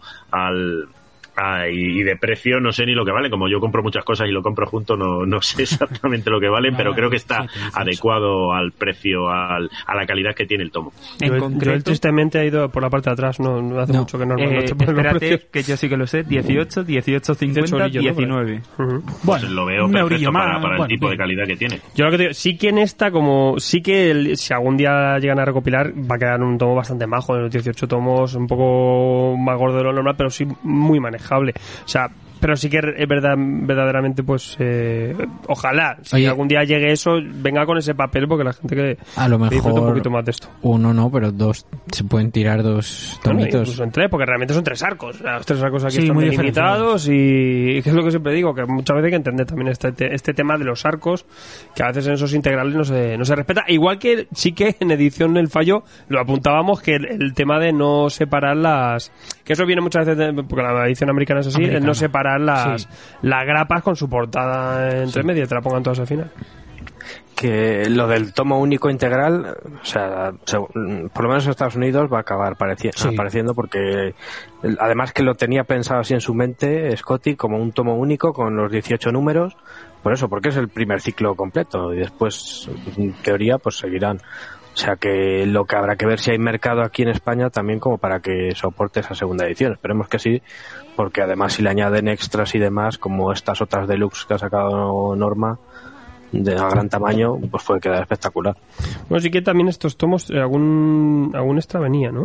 y de precio no sé ni lo que vale. Como yo compro muchas cosas y lo compro junto, no sé exactamente lo que valen, pero creo que está adecuado al precio, a la calidad que tiene el tomo. Yo tristemente he ido por la parte de atrás, no hace mucho que no te ponen los precios. Que yo sí que lo sé, 18, 18.50, 19. Uh-huh. Bueno, lo veo perfecto para el tipo de calidad que tiene. Yo lo que te digo, sí que en esta, si algún día llegan a recopilar, va a quedar un tomo bastante majo, en los 18 tomos, un poco más gordo de lo normal, pero sí muy manejable. O sea, pero sí que es verdaderamente, pues ojalá si algún día llegue eso, venga con ese papel, porque la gente que a lo mejor disfruta un poquito más de esto. Uno no, pero 2 se pueden tirar 2 tomitos. Incluso en 3, porque realmente son 3 arcos. O sea, los 3 arcos aquí están muy delimitados, y que es lo que siempre digo, que muchas veces hay que entender también este tema de los arcos, que a veces en esos integrales no se respeta. Igual que sí que en edición El Fallo lo apuntábamos, que el tema de no separar que eso viene muchas veces porque la edición americana es así, el no separar las grapas con su portada entre medio, te la pongan todas al final. Que lo del tomo único integral, o sea, por lo menos en Estados Unidos va a acabar apareciendo, porque además que lo tenía pensado así en su mente Scotty, como un tomo único con los 18 números, por eso, porque es el primer ciclo completo, y después en teoría pues seguirán. O sea que lo que habrá que ver si hay mercado aquí en España también como para que soporte esa segunda edición. Esperemos que sí, porque además si le añaden extras y demás, como estas otras deluxe que ha sacado Norma, de gran tamaño, pues puede quedar espectacular. Bueno, sí que también estos tomos, algún extra venía, ¿no?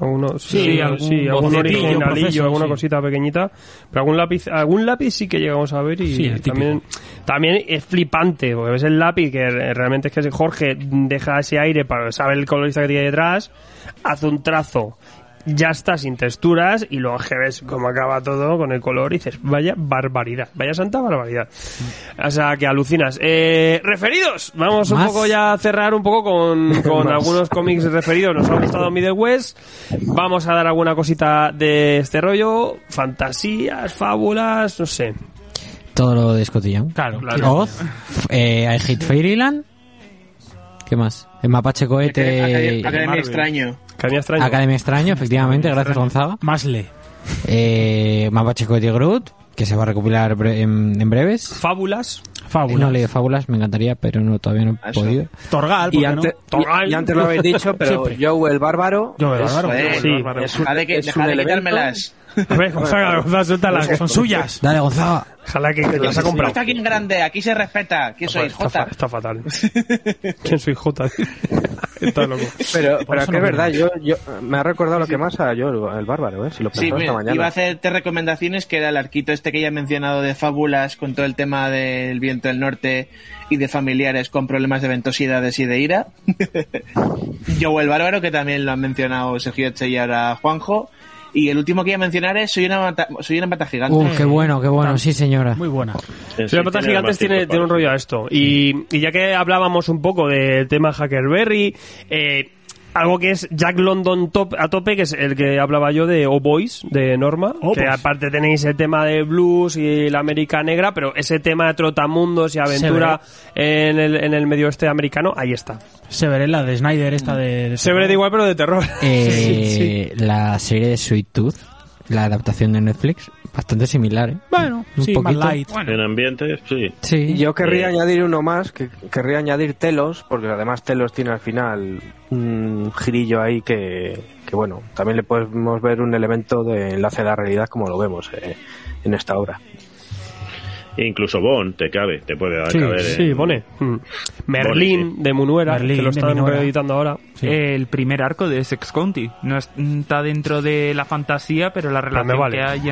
Algunos, Sí, algún algún bocetillo, originalillo, proceso, alguna sí. cosita pequeñita, pero algún lápiz sí que llegamos a ver y Sí, el típico. también es flipante, porque ves el lápiz que realmente es que Jorge deja ese aire para saber el colorista que tiene detrás, hace un trazo, ya está sin texturas y luego que ves cómo acaba todo con el color y dices, vaya barbaridad, vaya santa barbaridad. O sea, que alucinas. Referidos, vamos un Más. poco ya a cerrar un poco con algunos cómics referidos. Nos ha gustado Middle West, vamos a dar alguna cosita de este rollo, fantasías, fábulas, no sé. Todo lo de Scotty Young. Claro. Oz, I Hate Fairyland. ¿Qué más? El Mapache Cohete. Academia Extraño. Academia Extraño. Academia Extraño, efectivamente, gracias Gonzaga. Masle. Mapache Cohete Groot, que se va a recopilar en breves. Fábulas. Fábula. No he leído Fábulas, me encantaría, pero todavía no he Eso. podido. Torgal, ¿por Y qué antes, no? y antes lo habéis dicho, pero Siempre. Joe el Bárbaro. Joe el Bárbaro. Joder, Sí. es un, Deja de es un elemento. quitármelas. A ver, Gonzaga, suéltalas. Son suyas. Dale, Gonzaga. Ojalá que las ha No comprado. está aquí en grande, aquí se respeta. ¿Quién sois? Jota. Está fatal. ¿Quién soy Jota? Está loco. Pero Por es eso que no es verdad, viene. yo me ha recordado lo que más a Joe el Bárbaro, si lo Sí, pensaba esta mira, mañana. iba a hacerte recomendaciones, que era el arquito este que ya he mencionado de Fábulas, con todo el tema del viento del norte y de familiares con problemas de ventosidades y de ira. Joe el Bárbaro, que también lo han mencionado Sergio Eche y ahora Juanjo. Y el último que iba a mencionar es Soy una pata gigante. Qué bueno, sí señora. Muy buena. Sí, la Patas Gigantes tiene un rollo a esto. Y ya que hablábamos un poco del tema Huckleberry, algo que es Jack London a tope, que es el que hablaba yo de O Boys, de Norma, Oh, que pues. aparte tenéis el tema de blues y la América Negra, pero ese tema de trotamundos y aventura en el medio oeste americano, ahí está. Severé la de Snyder, esta de Se ve de igual, pero de terror. La serie de Sweet Tooth, la adaptación de Netflix, bastante similar, ¿eh? Bueno, Un sí, más poquito. light. En ambientes, sí. Sí. Y yo querría añadir uno más, que querría añadir Telos, porque además Telos tiene al final un girillo ahí que bueno, también le podemos ver un elemento de enlace a la realidad como lo vemos en esta obra. Incluso Bond te puede dar caber. Sí, pone. Merlín, de Munuera, Merlín, que lo de están Minuera. editando ahora. Sí. El primer arco de Sex County. No está dentro de la fantasía, pero la relación vale. que hay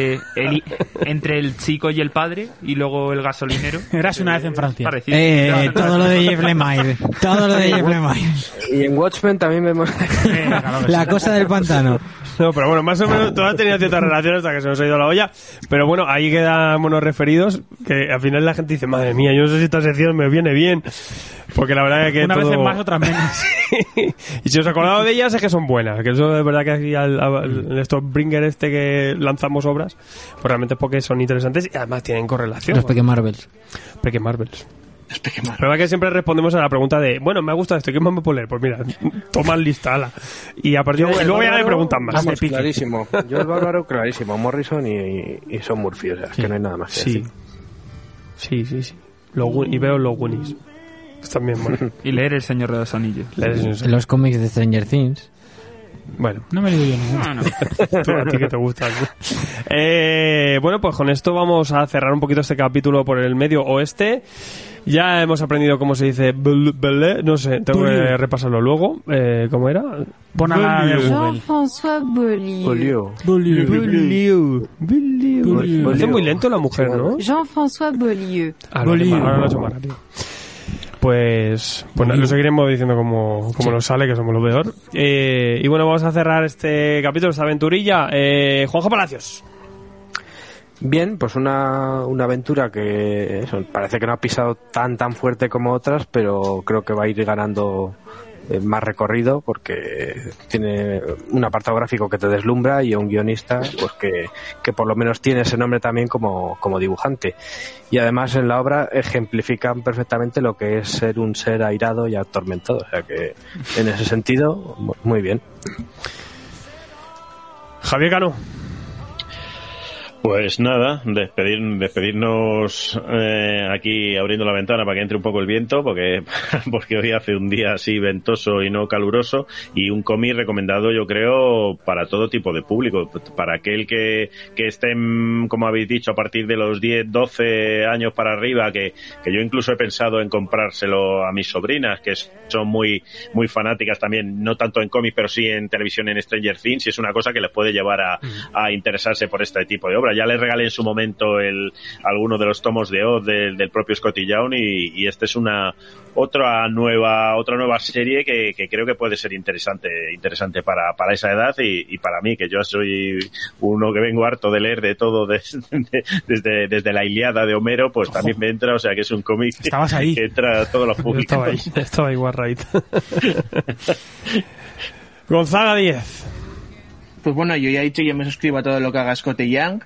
entre el chico y el padre y luego el gasolinero. Eras una vez en Francia. Parecido. Todo lo de Jeff Lemire. Todo lo de Jeff Lemire. Y en Watchmen también vemos... Claro que La sí. cosa del pantano. No, pero bueno, más o menos todas tenían cierta relación hasta que se nos ha ido la olla. Pero bueno, ahí quedan buenos referidos, que al final la gente dice, madre mía, yo no sé si esta sección me viene bien. Porque la verdad es que Una todo... vez en más, otras menos. Y si os acordado de ellas es que son buenas. Que eso es verdad que aquí al Stormbringer este que lanzamos obras, pues realmente es porque son interesantes y además tienen correlación. Los Peque Marvels. Peque Marvels. La verdad que siempre respondemos a la pregunta de, bueno, me ha gustado esto, ¿qué más me puedo leer? Pues mira, toma lista, ala. Y a partir de luego ya me preguntan más. Vamos, clarísimo. Yo el Bárbaro, clarísimo. Morrison y Son Murphy, o sea, es que no hay nada más que Sí. decir. Sí. Y veo los Goonies. También, bueno. Y leer El Señor de los Anillos. Los cómics de Stranger Things. Bueno, No me lo digo yo ninguno. tú, a ti que te gusta. Bueno, pues con esto vamos a cerrar un poquito este capítulo por el medio oeste. Ya hemos aprendido cómo se dice belé, no sé, tengo que repasarlo luego. ¿Cómo era? Pon a la de Google. Jean-François Beaulieu. Olio. Lo hace muy lento la mujer, ¿no? Jean-François Beaulieu. Ahora lo he hecho más rápido. Pues lo seguiremos diciendo como nos sale, que somos lo peor. Y bueno, vamos a cerrar este capítulo, esta aventurilla. Juanjo Palacios. Bien, pues una aventura que parece que no ha pisado tan fuerte como otras, pero creo que va a ir ganando más recorrido porque tiene un apartado gráfico que te deslumbra y un guionista pues que por lo menos tiene ese nombre también como dibujante. Y además en la obra ejemplifican perfectamente lo que es ser un ser airado y atormentado. O sea que en ese sentido, muy bien. Javier Cano. Pues nada, despedirnos aquí abriendo la ventana para que entre un poco el viento, porque hoy hace un día así ventoso y no caluroso, y un cómic recomendado yo creo para todo tipo de público, para aquel que estén, como habéis dicho, a partir de los 10, 12 años para arriba, que yo incluso he pensado en comprárselo a mis sobrinas, que son muy muy fanáticas también, no tanto en cómics, pero sí en televisión, en Stranger Things, y es una cosa que les puede llevar a interesarse por este tipo de obra. Ya les regalé en su momento alguno de los tomos de Oz del propio Scotty Young, y esta es otra nueva serie que creo que puede ser interesante para esa edad y para mí, que yo soy uno que vengo harto de leer de todo desde la Ilíada de Homero, pues también me entra, o sea que es un cómic que entra a todos los públicos. Estaba ahí guarradito. Gonzaga 10. Pues bueno, yo ya he dicho, yo me suscribo a todo lo que haga Scotty Young.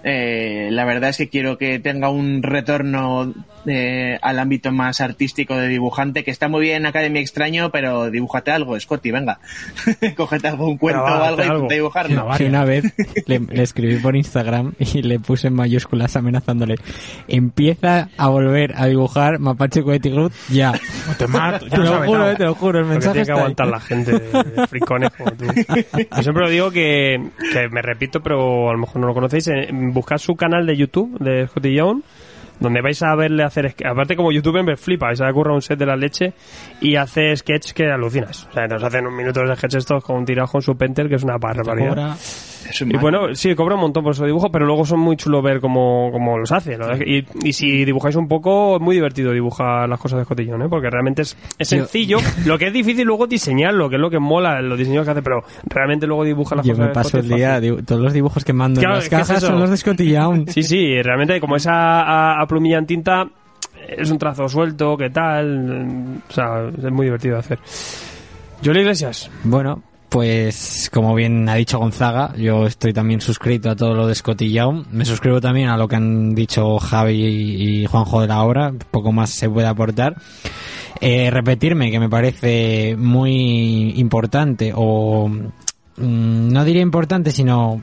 La verdad es que quiero que tenga un retorno al ámbito más artístico de dibujante, que está muy bien en Academia Extraño, pero dibújate algo, Scotty, venga. Cógete algún cuento o algo y ponte a dibujarlo. Sí, una vez le escribí por Instagram y le puse en mayúsculas amenazándole: empieza a volver a dibujar Mapache Cohete Groot ya. Te mato, te lo juro, el mensaje tiene que aguantar la gente de fricones como tú. Yo siempre lo digo que me repito, pero a lo mejor no lo conocéis, buscad su canal de YouTube de Scotty Young, donde vais a verle hacer, aparte como youtuber me flipa, vais a currar un set de la leche y hace sketch que alucinas, o sea, nos hacen un minuto de sketch estos con un tirado con su Penter, que es una barbaridad. Y bueno, sí, cobra un montón por su dibujo, pero luego son muy chulos ver cómo los hace, ¿no? Y si dibujáis un poco, es muy divertido dibujar las cosas de Scotty Young, ¿eh? Porque realmente es sencillo. Lo que es difícil luego es diseñarlo, que es lo que mola, los diseños que hace, pero realmente luego dibuja las cosas. Yo me paso el día, todos los dibujos que mando en las cajas son los de Scotty Young. Sí, realmente como esa plumilla en tinta es un trazo suelto, ¿qué tal? O sea, es muy divertido de hacer. Joel Iglesias. Bueno, pues como bien ha dicho Gonzaga, yo estoy también suscrito a todo lo de Scotty Young. Me suscribo también a lo que han dicho Javi y Juanjo de la obra, poco más se puede aportar. Repetirme que me parece muy importante, o no diría importante, sino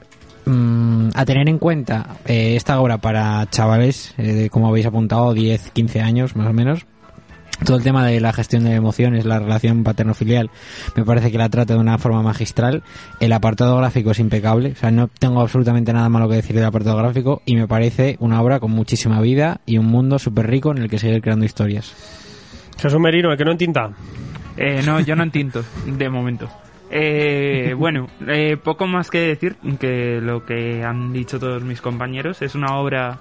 a tener en cuenta esta obra para chavales, como habéis apuntado, 10, 15 años más o menos. Todo el tema de la gestión de emociones, la relación paterno-filial, me parece que la trata de una forma magistral. El apartado gráfico es impecable, o sea, no tengo absolutamente nada malo que decir del apartado gráfico, y me parece una obra con muchísima vida y un mundo súper rico en el que seguir creando historias. Jesús Merino, ¿el que no entinta? No, yo no entinto, de momento. Bueno, poco más que decir que lo que han dicho todos mis compañeros. Es una obra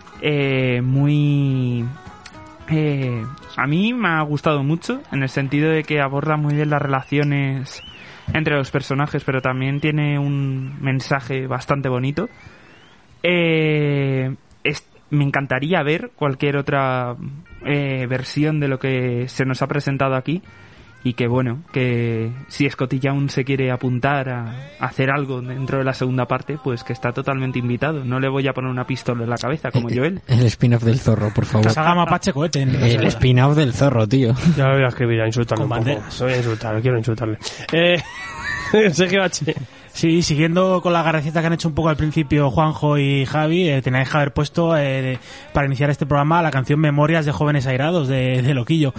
muy... a mí me ha gustado mucho, en el sentido de que aborda muy bien las relaciones entre los personajes, pero también tiene un mensaje bastante bonito. Me encantaría ver cualquier otra versión de lo que se nos ha presentado aquí, y que bueno, que si Scotty Young se quiere apuntar a hacer algo dentro de la segunda parte, pues que está totalmente invitado. No le voy a poner una pistola en la cabeza como Joel. El spin-off del zorro, por favor. La saga Mapache Cohete. El spin-off del zorro, tío. Ya lo voy a escribir, a insultarle con un poco. banderas. Voy a insultarle, quiero insultarle. Sergio H. Sí, siguiendo con la garrecita que han hecho un poco al principio Juanjo y Javi, teníais que haber puesto para iniciar este programa la canción Memorias de Jóvenes Airados de Loquillo.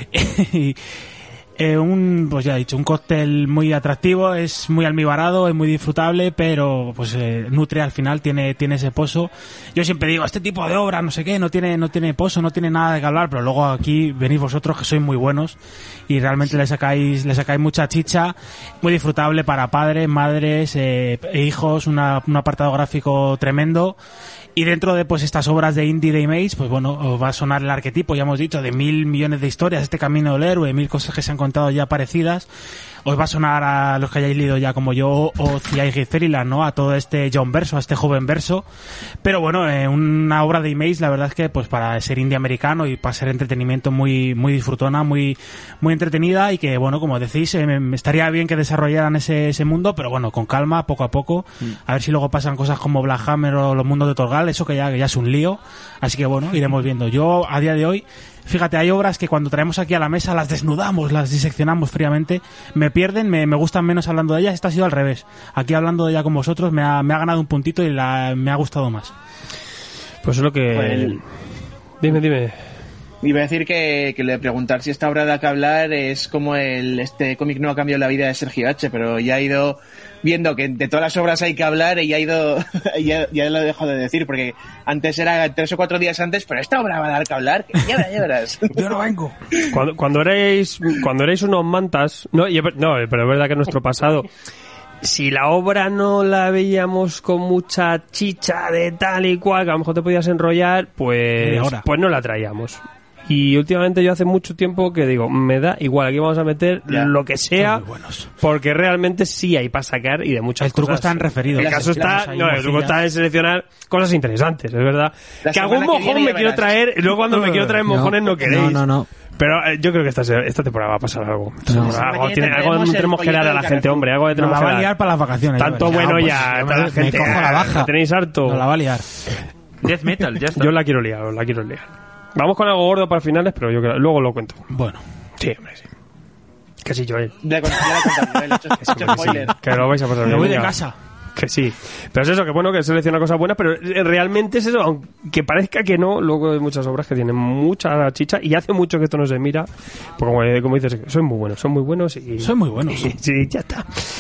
Pues ya he dicho, un cóctel muy atractivo, es muy almibarado, es muy disfrutable, pero pues nutre al final, tiene ese pozo. Yo siempre digo, este tipo de obra, no sé qué, no tiene pozo, no tiene nada de qué hablar, pero luego aquí venís vosotros que sois muy buenos y realmente le sacáis mucha chicha, muy disfrutable para padres, madres, hijos, un apartado gráfico tremendo. Y dentro de pues estas obras de indie de Image, pues bueno, os va a sonar el arquetipo, ya hemos dicho, de 1000 millones de historias, este camino del héroe, 1000 cosas que se han contado ya parecidas. Os va a sonar a los que hayáis leído ya como yo, o C.I.G. Fairyland, ¿no? A todo este John Verso, a este joven Verso. Pero bueno, una obra de Image, la verdad es que pues para ser indie americano y para ser entretenimiento muy disfrutona, muy entretenida, y que bueno, como decís, estaría bien que desarrollaran ese mundo, pero bueno, con calma, poco a poco. A ver si luego pasan cosas como Black Hammer o los mundos de Torgal, eso que ya es un lío. Así que bueno, iremos viendo. Yo a día de hoy Fíjate, hay obras que cuando traemos aquí a la mesa las desnudamos, las diseccionamos fríamente, me pierden, me gustan menos hablando de ellas. Esto ha sido al revés. Aquí hablando de ella con vosotros me ha ganado un puntito y me ha gustado más. Pues es lo que... Pues Dime. Iba a decir que le de preguntar si esta obra da que hablar es como este cómic no ha cambiado la vida de Sergio H., pero ya ha ido viendo que de todas las obras hay que hablar y ya ha ido ya lo dejo de decir, porque antes era 3 o 4 días antes, pero esta obra va a dar que hablar, que ya verás. Yo no vengo. Cuando erais unos mantas... pero es verdad que nuestro pasado... Si la obra no la veíamos con mucha chicha de tal y cual, que a lo mejor te podías enrollar, pues no la traíamos. Y últimamente yo hace mucho tiempo que digo, me da igual, aquí vamos a meter lo que sea, porque realmente sí hay para sacar y de muchas cosas. El truco está en referido. El truco está en seleccionar cosas interesantes, es verdad. Que algún mojón me quiero traer, y luego cuando me quiero traer mojones no queréis. No. Pero yo creo que esta temporada va a pasar algo. Algo tenemos que dar a la gente, hombre. Algo tenemos la que va dar. a liar para las vacaciones. Tanto bueno ya. Me cojo la baja. Tenéis harto. No la va a liar. Death Metal, ya está. Yo la quiero liar. Vamos con algo gordo para finales, pero yo luego lo cuento. Bueno. Sí, hombre, sí. Que sí, Joel. Ya he contado, he hecho spoiler. Que lo vais a pasar bien. Me voy de casa. Que sí. Pero es eso, que bueno, que selecciona cosas buenas, pero realmente es eso, aunque parezca que no, luego hay muchas obras que tienen mucha chicha y hace mucho que esto no se mira, porque como dices, son muy buenos y... Son muy buenos. Sí, ya está.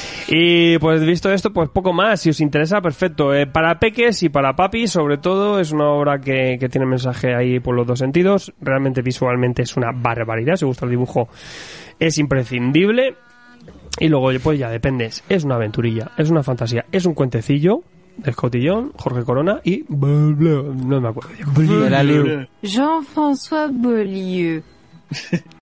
Y pues visto esto, pues poco más, si os interesa, perfecto. Para peques y para papis, sobre todo, es una obra que tiene mensaje ahí por los dos sentidos. Realmente visualmente es una barbaridad, si os gusta el dibujo es imprescindible. Y luego, pues ya dependes. Es una aventurilla, es una fantasía, es un cuentecillo de Escotillón, Jorge Corona y... no me acuerdo. Beaulieu. Jean-François Beaulieu.